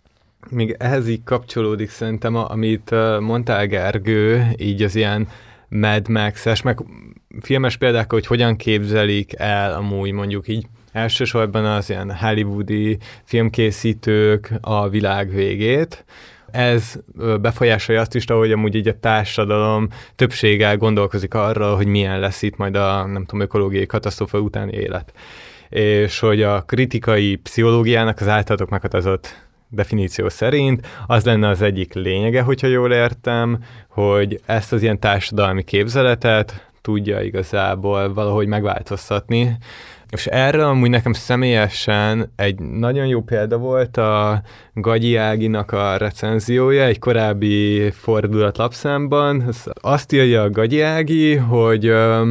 Még ehhez így kapcsolódik szerintem, amit mondtál, Gergő, így az ilyen Mad Max-es, meg filmes példákkal, hogy hogyan képzelik el amúgy mondjuk így elsősorban az ilyen hollywoodi filmkészítők a világ végét. Ez befolyásolja azt is, ahogy amúgy így a társadalom többséggel gondolkozik arra, hogy milyen lesz itt majd a, nem tudom, ökológiai katasztrófa utáni élet. És hogy a kritikai pszichológiának az általatok meghatározott definíció szerint az lenne az egyik lényege, hogyha jól értem, hogy ezt az ilyen társadalmi képzeletet tudja igazából valahogy megváltoztatni. És erre amúgy nekem személyesen egy nagyon jó példa volt a Gagyi Áginak a recenziója egy korábbi Fordulat lapszámban. Azt írja a Gagyi Ági, hogy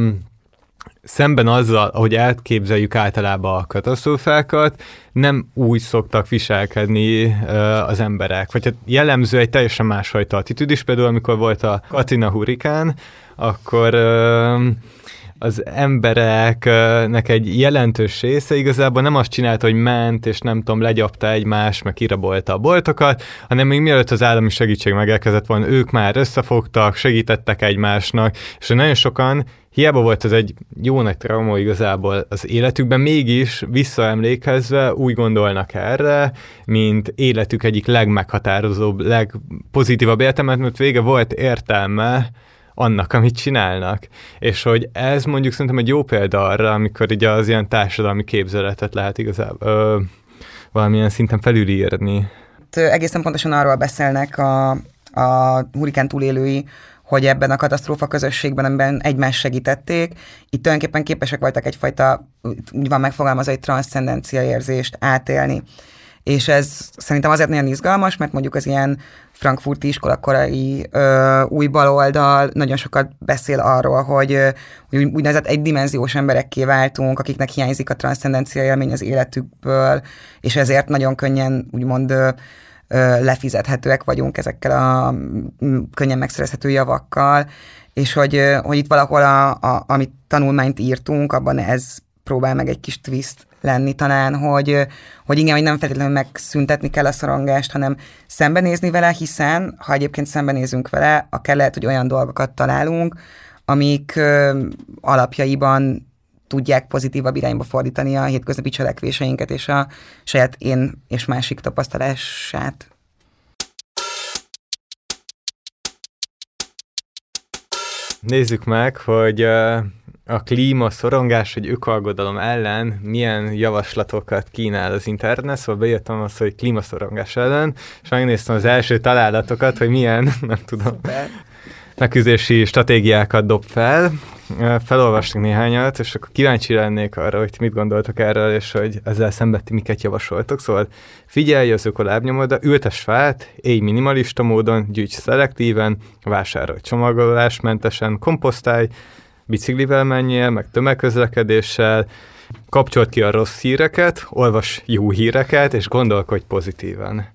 szemben azzal, ahogy elképzeljük általában a katasztrófákat, nem úgy szoktak viselkedni az emberek. Vagy hát jellemző egy teljesen másfajta attitűd is. Például amikor volt a Katrina hurrikán, akkor az embereknek egy jelentős része igazából nem azt csinálta, hogy ment, és nem tudom, legyapta egymást, meg kirabolta a boltokat, hanem még mielőtt az állami segítség megérkezett volna, ők már összefogtak, segítettek egymásnak, és nagyon sokan, hiába volt ez egy jó nagy trauma igazából az életükben, mégis visszaemlékezve úgy gondolnak erre, mint életük egyik legmeghatározóbb, legpozitívabb értelmet, mert vége volt értelme annak, amit csinálnak. És hogy ez mondjuk szerintem egy jó példa arra, amikor így az ilyen társadalmi képzeletet lehet igazából valamilyen szinten felülírni. Egészen pontosan arról beszélnek a hurrikán túlélői, hogy ebben a katasztrófa közösségben, amiben egymást segítették, itt tulajdonképpen képesek voltak egyfajta, úgy van megfogalmazva, egy transzcendencia érzést átélni. És ez szerintem azért nagyon izgalmas, mert mondjuk az ilyen frankfurti iskolakorai új baloldal nagyon sokat beszél arról, hogy úgynevezett egydimenziós emberekké váltunk, akiknek hiányzik a transzcendencia élmény az életükből, és ezért nagyon könnyen úgymond lefizethetőek vagyunk ezekkel a könnyen megszerezhető javakkal, és hogy itt valahol amit tanulmányt írtunk, abban ez próbál meg egy kis twist lenni talán, hogy igen, hogy nem feltétlenül megszüntetni kell a szorongást, hanem szembenézni vele, hiszen ha egyébként szembenézünk vele, akár lehet, hogy olyan dolgokat találunk, amik alapjaiban tudják pozitívabb irányba fordítani a hétköznapi cselekvéseinket és a saját én és másik tapasztalását. Nézzük meg, hogy a klímaszorongás, vagy ökoaggodalom ellen milyen javaslatokat kínál az internet, szóval beírtam azt, hogy klímaszorongás ellen, és megnéztem az első találatokat, hogy milyen, nem tudom, megküzdési stratégiákat dob fel. Felolvastunk néhányat, és akkor kíváncsi lennék arra, hogy ti mit gondoltok erről, és hogy ezzel szemben ti miket javasoltok. Szóval figyelj az ökolábnyomodra, ültess fát, élj minimalista módon, gyűjts szelektíven, vásárolj csomagolásmentesen, komposztálj, biciklivel menjél, meg tömegközlekedéssel, kapcsold ki a rossz híreket, olvas jó híreket, és gondolkodj pozitívan.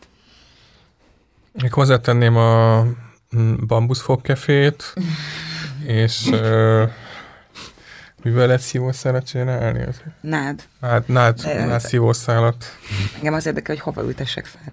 Még hozzátenném a bambuszfogkefét, és mivel lehet szívószálat csinálni? Nád szívószálat. Engem az érdekel, hogy hova ültessek fel.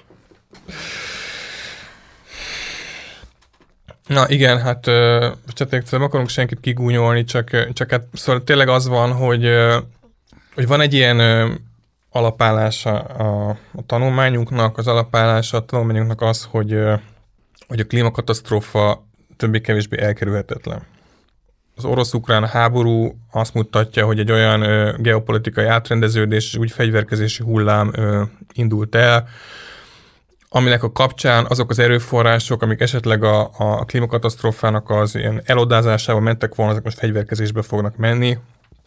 Na igen, hát nem akarunk senkit kigúnyolni, csak hát szóval tényleg az van, hogy van egy ilyen alapállása a tanulmányunknak, az alapállása a tanulmányunknak az, hogy a klímakatasztrófa többé-kevésbé elkerülhetetlen. Az orosz-ukrán háború azt mutatja, hogy egy olyan geopolitikai átrendeződés, úgy fegyverkezési hullám indult el, aminek a kapcsán azok az erőforrások, amik esetleg a klímakatasztrófának az ilyen elodázásával mentek volna, azok most fegyverkezésbe fognak menni.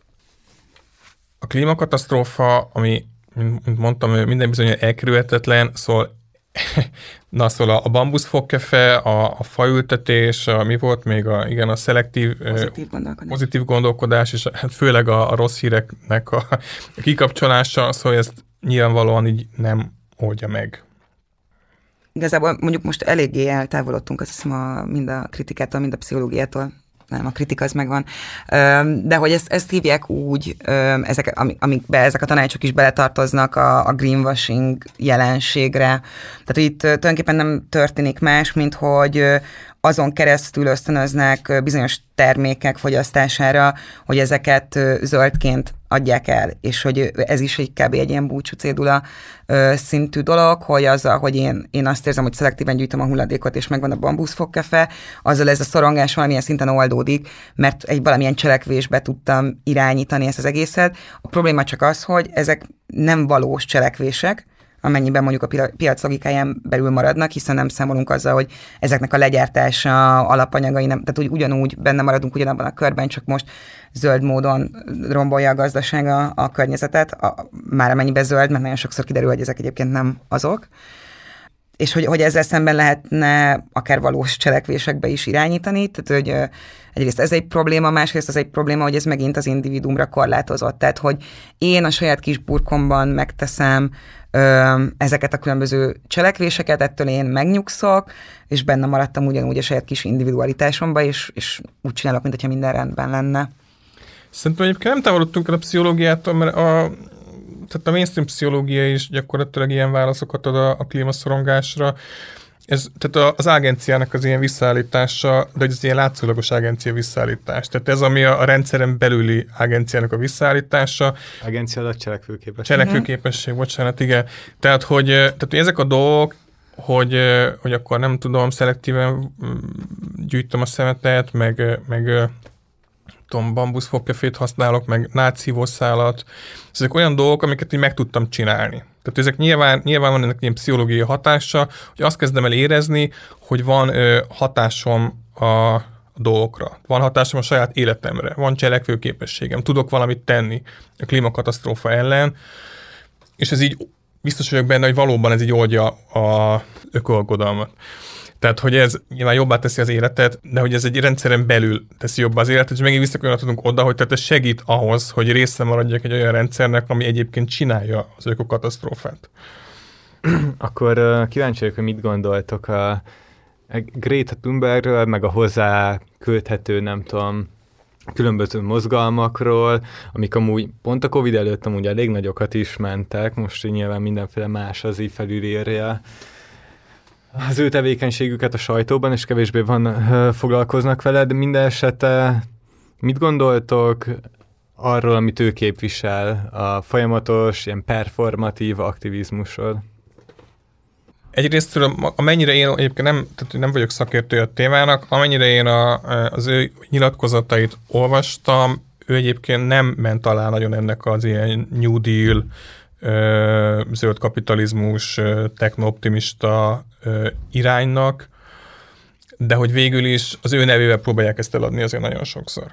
A klímakatasztrófa, ami, mint mondtam, minden bizonnyal elkerülhetetlen, szóval a bambuszfogkefe, a faültetés, mi volt még a szelektív pozitív gondolkodás, és hát főleg a rossz híreknek a kikapcsolása, szóval ezt nyilvánvalóan így nem oldja meg. Igazából mondjuk most eléggé eltávolodtunk, azt hiszem, mind a kritikától, mind a pszichológiától. Nem, a kritika az megvan. De hogy ezt hívják úgy, amikbe ezek a tanácsok is beletartoznak a greenwashing jelenségre. Tehát hogy itt tulajdonképpen nem történik más, mint hogy azon keresztül ösztönöznek bizonyos termékek fogyasztására, hogy ezeket zöldként adják el, és hogy ez is egy kb. Egy ilyen búcsú cédula szintű dolog, hogy azzal, hogy én azt érzem, hogy szelektíven gyűjtöm a hulladékot, és megvan a bambuszfogkefe, azzal ez a szorongás valamilyen szinten oldódik, mert egy valamilyen cselekvésbe tudtam irányítani ezt az egészet. A probléma csak az, hogy ezek nem valós cselekvések, amennyiben mondjuk a piac logikáján belül maradnak, hiszen nem számolunk azzal, hogy ezeknek a legyártása, alapanyagai nem, tehát úgy ugyanúgy benne maradunk ugyanabban a körben, csak most zöld módon rombolja a gazdaság a környezetet, már amennyiben zöld, mert nagyon sokszor kiderül, hogy ezek egyébként nem azok. És hogy ezzel szemben lehetne akár valós cselekvésekbe is irányítani, tehát hogy egyrészt ez egy probléma, másrészt az egy probléma, hogy ez megint az individuumra korlátozott. Tehát, hogy én a saját kis burkomban megteszem ezeket a különböző cselekvéseket, ettől én megnyugszok, és benne maradtam ugyanúgy a saját kis individualitásomba, és úgy csinálok, mintha minden rendben lenne. Szerintem egyébként nem távolodtunk el a pszichológiától, mert tehát a mainstream pszichológia is gyakorlatilag ilyen válaszokat ad a klímaszorongásra. Tehát az agenciának az ilyen visszaállítása, de ez ilyen látszólagos agencia visszaállítás. Tehát ez, ami a rendszeren belüli agenciának a visszaállítása. Agencia alatt cselekvőképesség. Cselekvőképesség, bocsánat, igen. Tehát, hogy ezek a dolgok, hogy akkor nem tudom, szelektíven gyűjtöm a szemetet, meg bambuszfogkefét használok, meg nátszívószálat. Ezek olyan dolgok, amiket így meg tudtam csinálni. Tehát ezek nyilván van ennek ilyen pszichológiai hatása, hogy azt kezdem el érezni, hogy van hatásom a dolgokra. Van hatásom a saját életemre. Van cselekvőképességem. Tudok valamit tenni a klímakatasztrófa ellen. És ez így biztos vagyok benne, hogy valóban ez így oldja az ökoaggodalmat. Tehát, hogy ez nyilván jobbá teszi az életet, de hogy ez egy rendszeren belül teszi jobbá az életet, és megint visszakanyarodhatunk oda, hogy tehát ez segít ahhoz, hogy része maradjak egy olyan rendszernek, ami egyébként csinálja az ökokatasztrófát. Akkor kíváncsi vagyok, hogy mit gondoltok a Greta Thunbergről, meg a hozzá köthető, nem tudom, különböző mozgalmakról, amik amúgy pont a Covid előtt amúgy elég nagyokat is mentek, most nyilván mindenféle más az így felülírja az ő tevékenységüket a sajtóban, és kevésbé foglalkoznak vele, de minden esetre mit gondoltok arról, amit ő képvisel, a folyamatos, ilyen performatív aktivizmusról? Egyrésztről, amennyire én egyébként nem vagyok szakértő a témának, amennyire én az ő nyilatkozatait olvastam, ő egyébként nem ment alá nagyon ennek az ilyen New Deal, zöld kapitalizmus, techno-optimista iránynak, de hogy végül is az ő nevével próbálják ezt eladni azért nagyon sokszor.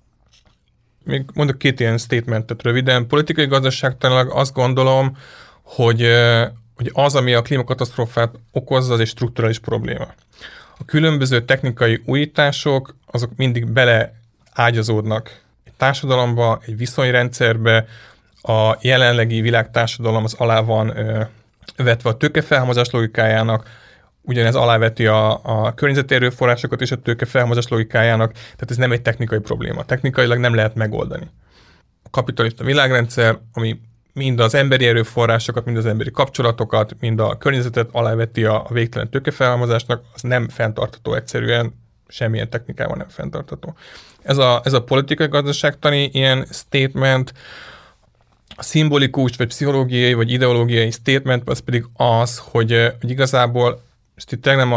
Még mondok 2 ilyen statementet röviden. Politikai gazdaságtanilag azt gondolom, hogy az, ami a klímakatasztrófát okozza, az egy strukturális probléma. A különböző technikai újítások, azok mindig beleágyazódnak egy társadalomba, egy viszonyrendszerbe, a jelenlegi világtársadalom az alá van vetve a tőkefelhalmozás logikájának, ugyanez aláveti a környezeti erőforrásokat és a tőkefelhalmozás logikájának, tehát ez nem egy technikai probléma. Technikailag nem lehet megoldani. A kapitalista világrendszer, ami mind az emberi erőforrásokat, mind az emberi kapcsolatokat, mind a környezetet aláveti a végtelen tőkefelhalmozásnak, az nem fenntartható egyszerűen, semmilyen technikával nem fenntartható. Ez a politikai gazdaságtani ilyen statement, a szimbolikus, vagy pszichológiai, vagy ideológiai statement, az pedig az, hogy igazából, és itt nem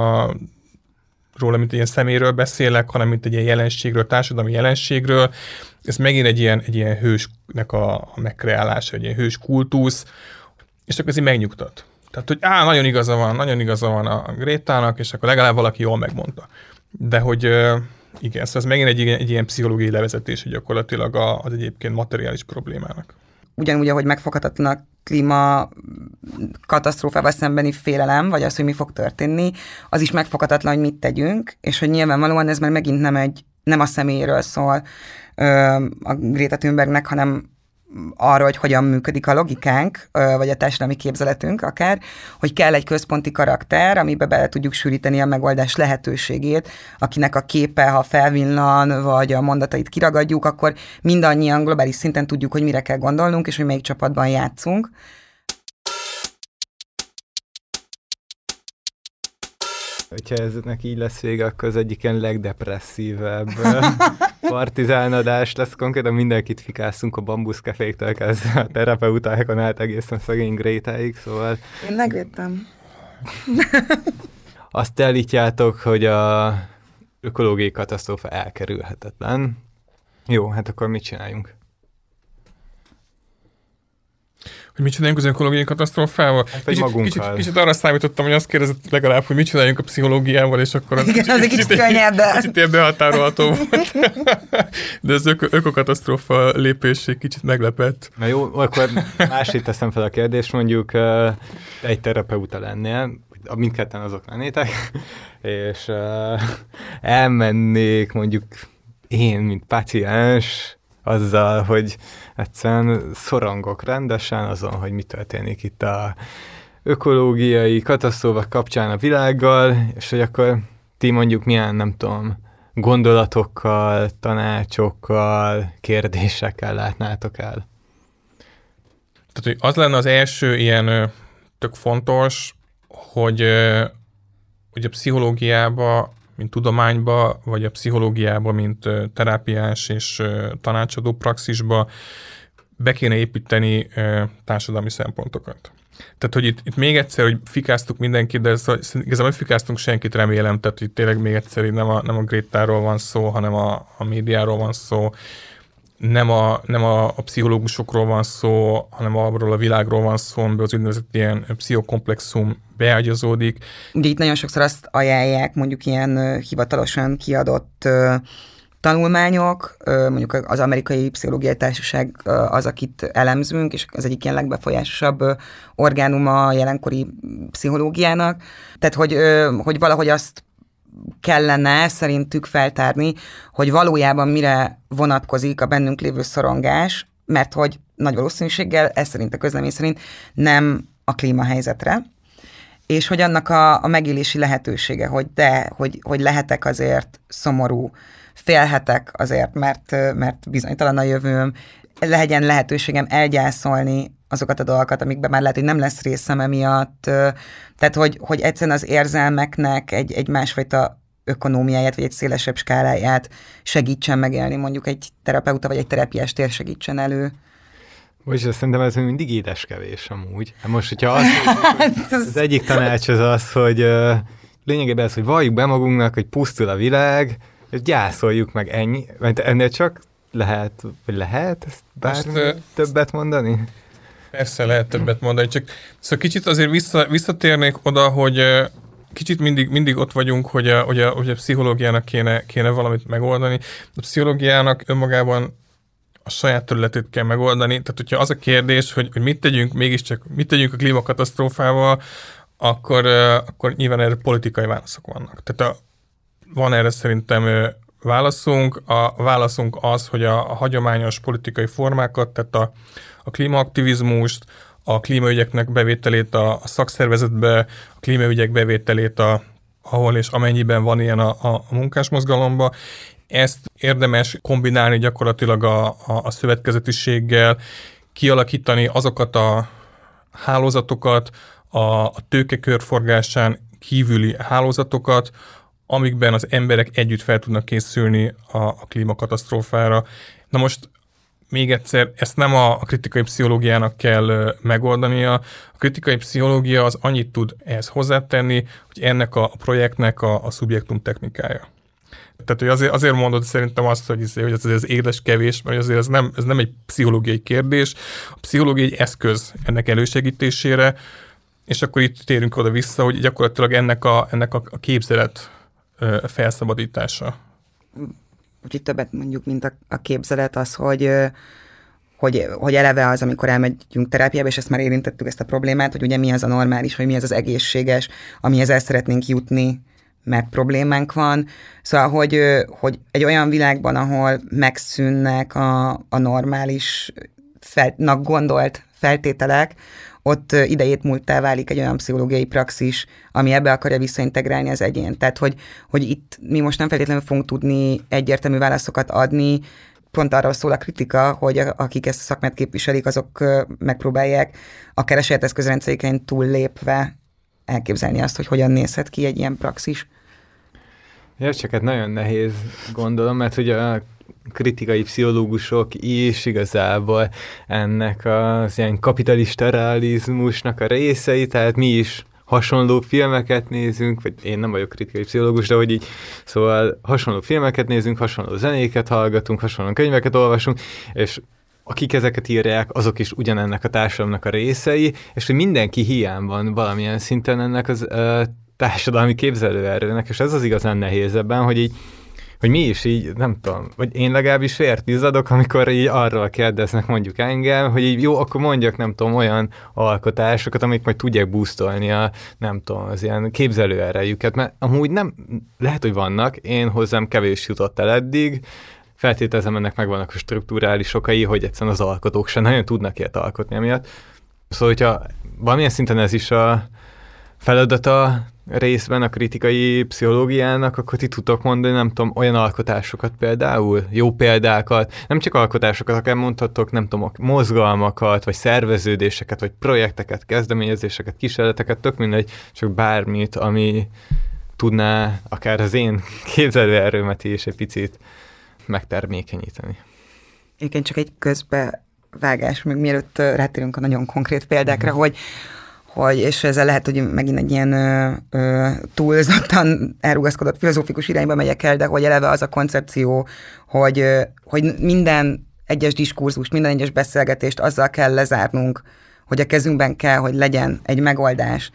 róla, mint egy ilyen személyről beszélek, hanem mint egy ilyen jelenségről, társadalmi jelenségről. Ez megint egy ilyen hősnek a megkreálása, egy ilyen hős kultusz, és akkor ez így megnyugtat. Tehát, hogy nagyon igaza van a Grétának, és akkor legalább valaki jól megmondta. De hogy igen, szóval ez megint egy ilyen pszichológiai levezetés gyakorlatilag az egyébként materiális problémának. Ugyanúgy, ahogy megfoghatatlan a klíma katasztrófával szembeni félelem, vagy az, hogy mi fog történni, az is megfoghatatlan, hogy mit tegyünk, és hogy nyilvánvalóan ez már megint nem a személyről szól a Greta Thunbergnek, hanem arról, hogy hogyan működik a logikánk, vagy a társadalmi képzeletünk akár, hogy kell egy központi karakter, amibe bele tudjuk sűríteni a megoldás lehetőségét, akinek a képe, ha felvillan, vagy a mondatait kiragadjuk, akkor mindannyian globális szinten tudjuk, hogy mire kell gondolnunk, és hogy melyik csapatban játszunk. Hogyha eznek így lesz vége, akkor az egyik ilyen legdepresszívebb partizánadás lesz. Konkrétan mindenkit fikáztunk a bambuszkeféktől kezdve a terapeutákon át egészen szegény Grétáig, szóval... Én megvédtem. Azt állítjátok, hogy a ökológiai katasztrófa elkerülhetetlen. Jó, hát akkor mit csináljunk? Hogy mit csináljunk az ökológiai katasztrófával? Kicsit arra számítottam, hogy azt kérdezett legalább, hogy mit csináljunk a pszichodológiával, és akkor az igen, az egy kicsit könnyebb, de... Kicsit ilyen behatárolható volt. De az ökokatasztrófa lépés egy kicsit meglepett. Na jó, akkor másért teszem fel a kérdést, mondjuk egy terapeuta lennél, mindketten azok lennétek, és elmennék mondjuk én, mint páciens, azzal, hogy egyszerűen szorongok rendesen azon, hogy mi történik itt a ökológiai katasztrófa kapcsán a világgal, és hogy akkor ti mondjuk milyen, nem tudom, gondolatokkal, tanácsokkal, kérdésekkel látnátok el. Tehát, hogy az lenne az első ilyen tök fontos, hogy a pszichológiába, mint tudományba, vagy a pszichológiába, mint terápiás és tanácsadó praxisba be kéne építeni társadalmi szempontokat. Tehát, hogy itt még egyszer, hogy fikáztuk mindenkit, de igazából nem fikáztunk senkit, remélem, tehát hogy tényleg még egyszer nem a Grétáról van szó, hanem a médiáról van szó, nem a pszichológusokról van szó, hanem arról a világról van szó, amiben az úgynevezett ilyen pszichokomplexum beágyazódik. Ugye itt nagyon sokszor azt ajánlják, mondjuk ilyen hivatalosan kiadott tanulmányok, mondjuk az Amerikai Pszichológiai Társaság az, akit elemzünk, és az egyik ilyen legbefolyásosabb orgánuma a jelenkori pszichológiának. Tehát, hogy valahogy azt kellene szerintük feltárni, hogy valójában mire vonatkozik a bennünk lévő szorongás, mert hogy nagy valószínűséggel, ez szerint a közlemény szerint nem a klímahelyzetre, és hogy annak a megélési lehetősége, hogy lehetek azért szomorú, félhetek azért, mert bizonytalan a jövőm, legyen lehetőségem elgyászolni azokat a dolgokat, amikben már lehet, hogy nem lesz részem emiatt. Tehát, hogy egyszerűen az érzelmeknek egy másfajta ökonómiáját, vagy egy szélesebb skáláját segítsen megélni, mondjuk egy terapeuta, vagy egy terápiás tér segítsen elő. Most szerintem ez mindig édeskevés amúgy. Hát most, hogyha az egyik tanács az, hogy lényegében ez, hogy valljuk be magunknak, hogy pusztul a világ, és gyászoljuk meg ennyi. Mert ennél csak lehet ezt többet mondani? Persze lehet többet mondani, csak szóval kicsit azért visszatérnék oda, hogy kicsit mindig ott vagyunk, hogy a pszichológiának kéne valamit megoldani. A pszichológiának önmagában a saját területét kell megoldani. Tehát, hogyha az a kérdés, hogy mit tegyünk a klímakatasztrófával, akkor nyilván erre politikai válaszok vannak. Tehát van erre szerintem válaszunk. A válaszunk az, hogy a hagyományos politikai formákat, tehát a klímaaktivizmust, a klímaügyeknek bevételét a szakszervezetbe, a klímaügyek bevételét, ahol és amennyiben van ilyen a munkásmozgalomba, ezt érdemes kombinálni gyakorlatilag a szövetkezetiséggel, kialakítani azokat a hálózatokat, a tőkekörforgásán kívüli hálózatokat, amikben az emberek együtt fel tudnak készülni a klímakatasztrófára. Na most még egyszer, ezt nem a kritikai pszichológiának kell megoldania. A kritikai pszichológia az annyit tud ehhez hozzátenni, hogy ennek a projektnek a szubjektum technikája. Tehát, hogy azért mondod szerintem azt, hogy ez az édes kevés, mert azért ez nem egy pszichológiai kérdés. A pszichológia egy eszköz ennek elősegítésére, és akkor itt térünk oda vissza, hogy gyakorlatilag ennek a képzelet felszabadítása. Úgyhogy többet mondjuk, mint a képzelet az, hogy eleve az, amikor elmegyünk terápiába, és ezt már érintettük ezt a problémát, hogy ugye mi az a normális, vagy mi az az egészséges, amihez el szeretnénk jutni, mert problémánk van. Szóval, hogy egy olyan világban, ahol megszűnnek a normálisnak gondolt feltételek, ott idejét múlttá válik egy olyan pszichológiai praxis, ami ebbe akarja visszaintegrálni az egyént. Tehát, hogy itt mi most nem feltétlenül fogunk tudni egyértelmű válaszokat adni, pont arról szól a kritika, hogy akik ezt a szakmát képviselik, azok megpróbálják akár a saját eszközrendszeréken túllépve elképzelni azt, hogy hogyan nézhet ki egy ilyen praxis. Ja, csak hát nagyon nehéz gondolom, mert ugye a kritikai pszichológusok is igazából ennek az ilyen kapitalista realizmusnak a részei, tehát mi is hasonló filmeket nézünk, vagy én nem vagyok kritikai pszichológus, de hogy így, szóval hasonló filmeket nézünk, hasonló zenéket hallgatunk, hasonló könyveket olvasunk, és akik ezeket írják, azok is ugyanennek a társadalomnak a részei, és hogy mindenki hiány van valamilyen szinten ennek az társadalmi képzelőerőnek, és ez az igazán nehéz ebben, hogy mi is így, nem tudom, vagy én legalábbis vért izzadok, amikor így arról kérdeznek mondjuk engem, hogy így jó, akkor mondjak, nem tudom, olyan alkotásokat, amik majd tudják boostolni nem tudom, az ilyen képzelőerejüket, mert amúgy nem, lehet, hogy vannak, én hozzám kevés jutott el eddig, feltételezem, ennek megvannak a strukturális okai, hogy egyszerűen az alkotók sem nagyon tudnak ilyet alkotni emiatt. Szóval, hogyha valamilyen szinten ez is a feladata részben a kritikai pszichológiának, akkor ti tudtok mondani, nem tudom, olyan alkotásokat például, jó példákat, nem csak alkotásokat, akár mondhatok, nem tudom, mozgalmakat, vagy szerveződéseket, vagy projekteket, kezdeményezéseket, kísérleteket, tök mindegy, csak bármit, ami tudná akár az én képzelőerőmet is egy picit megtermékenyíteni. Igen, csak egy közbevágás, még mielőtt rátérünk a nagyon konkrét példákra, hogy és ezzel lehet, hogy megint egy ilyen túlzottan elrugaszkodott filozófikus irányba megyek el, de hogy eleve az a koncepció, hogy minden egyes diskurzust, minden egyes beszélgetést azzal kell lezárnunk, hogy a kezünkben kell, hogy legyen egy megoldás,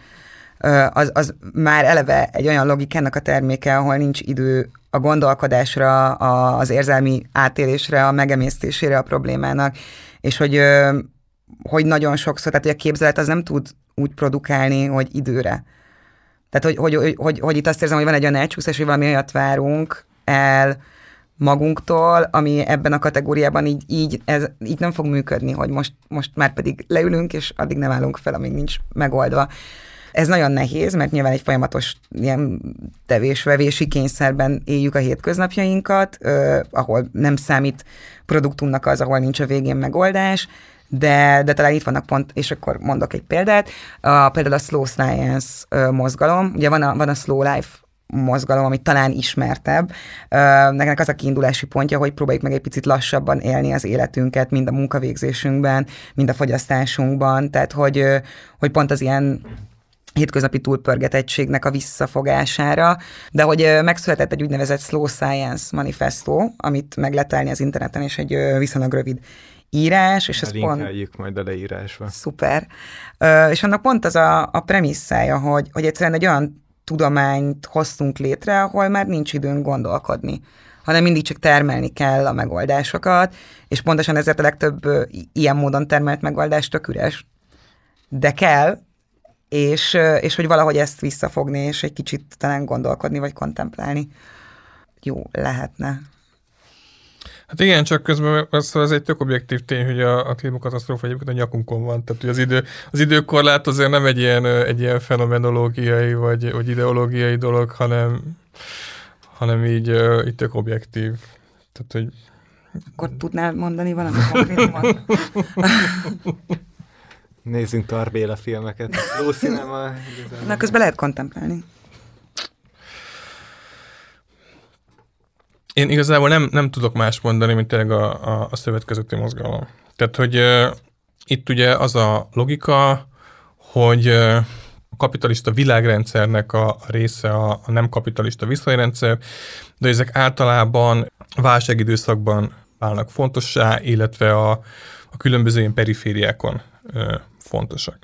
az már eleve egy olyan logikának a terméke, ahol nincs idő a gondolkodásra, az érzelmi átélésre, a megemésztésére a problémának, és hogy nagyon sokszor, tehát hogy a képzelet az nem tud úgy produkálni, hogy időre. Tehát, hogy itt azt érzem, hogy van egy olyan elcsúszás, hogy valami olyat várunk el magunktól, ami ebben a kategóriában így nem fog működni, hogy most már pedig leülünk, és addig nem állunk fel, amíg nincs megoldva. Ez nagyon nehéz, mert nyilván egy folyamatos ilyen tevés-vevési kényszerben éljük a hétköznapjainkat, ahol nem számít produktumnak az, ahol nincs a végén megoldás, de talán itt vannak pont, és akkor mondok egy példát, például a Slow Science mozgalom, ugye van a Slow Life mozgalom, ami talán ismertebb. Nekem az a kiindulási pontja, hogy próbáljuk meg egy picit lassabban élni az életünket, mind a munkavégzésünkben, mind a fogyasztásunkban, tehát hogy pont az ilyen hétköznapi túlpörgetettségnek a visszafogására, de hogy megszületett egy úgynevezett Slow Science manifesto, amit meg lehet találni az interneten, és egy viszonylag rövid írás, és ez pont... Linkeljük majd a leírásba. Szuper. És annak pont az a premisszája, hogy egyszerűen egy olyan tudományt hoztunk létre, ahol már nincs időnk gondolkodni, hanem mindig csak termelni kell a megoldásokat, és pontosan ezért a legtöbb ilyen módon termelt megoldás tök üres. De kell, és hogy valahogy ezt visszafogni, és egy kicsit talán gondolkodni, vagy kontemplálni. Jó, lehetne. Hát igen, csak közben az egy tök objektív tény, hogy a klímakatasztrófa egyébként a nyakunkon van. Tehát hogy az időkorlát azért nem egy ilyen fenomenológiai vagy ideológiai dolog, hanem így tök objektív. Tehát, hogy... Akkor tudnál mondani valami konkrétumot? Nézzünk Tarbéla filmeket. Jó cinema. Na, közben lehet kontemplálni. Én igazából nem tudok más mondani, mint tényleg a szövetkezeti mozgalom. Tehát, hogy itt ugye az a logika, hogy a kapitalista világrendszernek a része a nem kapitalista viszonyrendszer, de ezek általában válságidőszakban válnak fontossá, illetve a különböző ilyen perifériákon fontosak.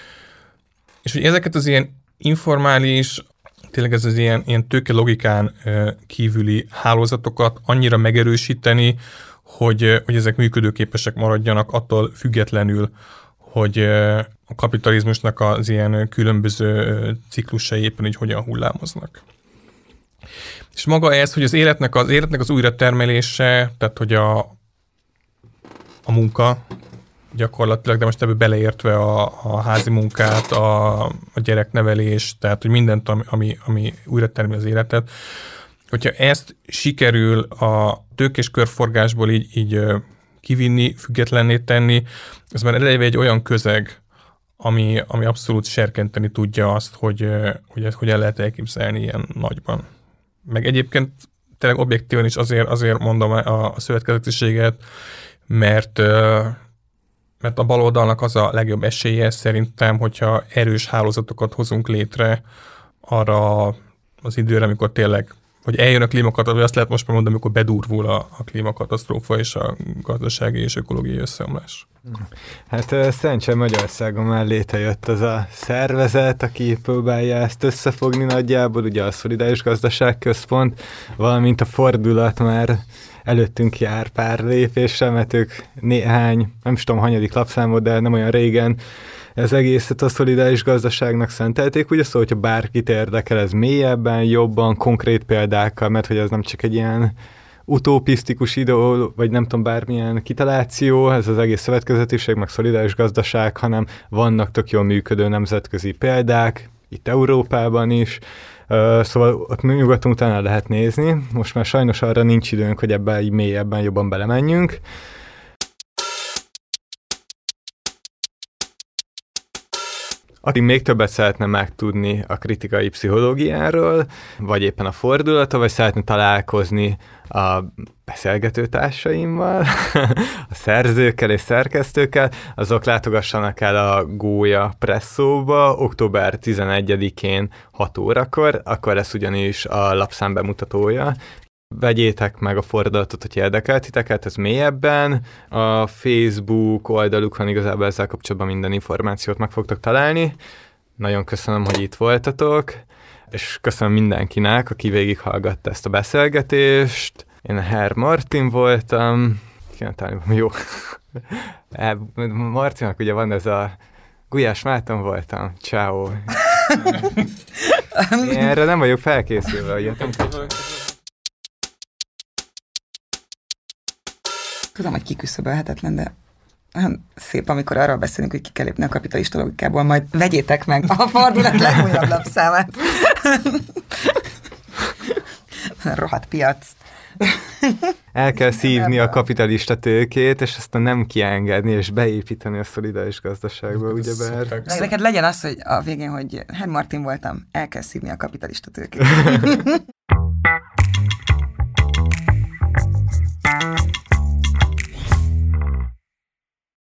És hogy ezeket az ilyen informális, tényleg ez az ilyen tőke logikán kívüli hálózatokat annyira megerősíteni, hogy ezek működőképesek maradjanak attól függetlenül, hogy a kapitalizmusnak az ilyen különböző ciklusai éppen így hogyan hullámoznak. És maga ez, hogy az életnek az újratermelése, tehát hogy a munka gyakorlatilag, de most ebből beleértve a házi munkát, a gyereknevelés, tehát hogy mindent, ami újratermel az életet, hogyha ezt sikerül a tőkés körforgásból így kivinni, függetlenné tenni, ez már eleve egy olyan közeg, ami abszolút serkenteni tudja azt, hogy ezt hogyan lehet elképzelni ilyen nagyban. Meg egyébként tényleg objektíven is azért mondom a szövetkezetiséget, mert a baloldalnak az a legjobb esélye szerintem, hogyha erős hálózatokat hozunk létre arra az időre, amikor tényleg, hogy eljön a klímakatasztrófa, vagy azt lehet most már mondani, amikor bedurvul a klímakatasztrófa és a gazdasági és ökológiai összeomlás. Hát szerencsére Magyarországon már létrejött az a szervezet, aki próbálja ezt összefogni nagyjából, ugye a Szolidáris Gazdaságközpont, valamint a fordulat már előttünk jár pár lépésre, mert ők néhány, nem is tudom, hanyadik lapszámot, de nem olyan régen ez egészet a szolidáris gazdaságnak szentelték, ugye szóval, hogyha bárkit érdekel, ez mélyebben, jobban, konkrét példákkal, mert hogy ez nem csak egy ilyen utopisztikus idő, vagy nem tudom, bármilyen kitaláció, ez az egész szövetkezetiség, meg szolidáris gazdaság, hanem vannak tök jól működő nemzetközi példák, itt Európában is, szóval ott nyugaton utána lehet nézni. Most már sajnos arra nincs időnk, hogy ebben így mélyebben jobban belemenjünk. Aki még többet szeretne megtudni a kritikai pszichológiáról, vagy éppen a fordulata, vagy szeretne találkozni a beszélgetőtársaimmal, a szerzőkkel és szerkesztőkkel, azok látogassanak el a Gólya Presszóba október 11-én 6 órakor, akkor lesz ugyanis a lapszám bemutatója. Vegyétek meg a fordulatot, hogy érdekel titeket, ez mélyebben. A Facebook oldalukon igazából ezzel kapcsolatban minden információt meg fogtok találni. Nagyon köszönöm, hogy itt voltatok, és köszönöm mindenkinek, aki végighallgatta ezt a beszélgetést. Én a Herr Martin voltam. Jó. Martinak ugye van ez a Gulyás Márton voltam. Ciao. Én erre nem vagyok felkészülve, hogy jöttem. Tudom, hogy kiküszöbölhetetlen, de szép, amikor arról beszélünk, hogy ki kell lépni a kapitalista logikából, majd vegyétek meg a fordulat legújabb lapszámát. Rohadt piac. el kell szívni a kapitalista tőkét, és aztán nem kiengedni, és beépíteni a szolidáris gazdaságba, ugyebár. Neked legyen az, hogy a végén, hogy Martin voltam, el kell szívni a kapitalista tőkét.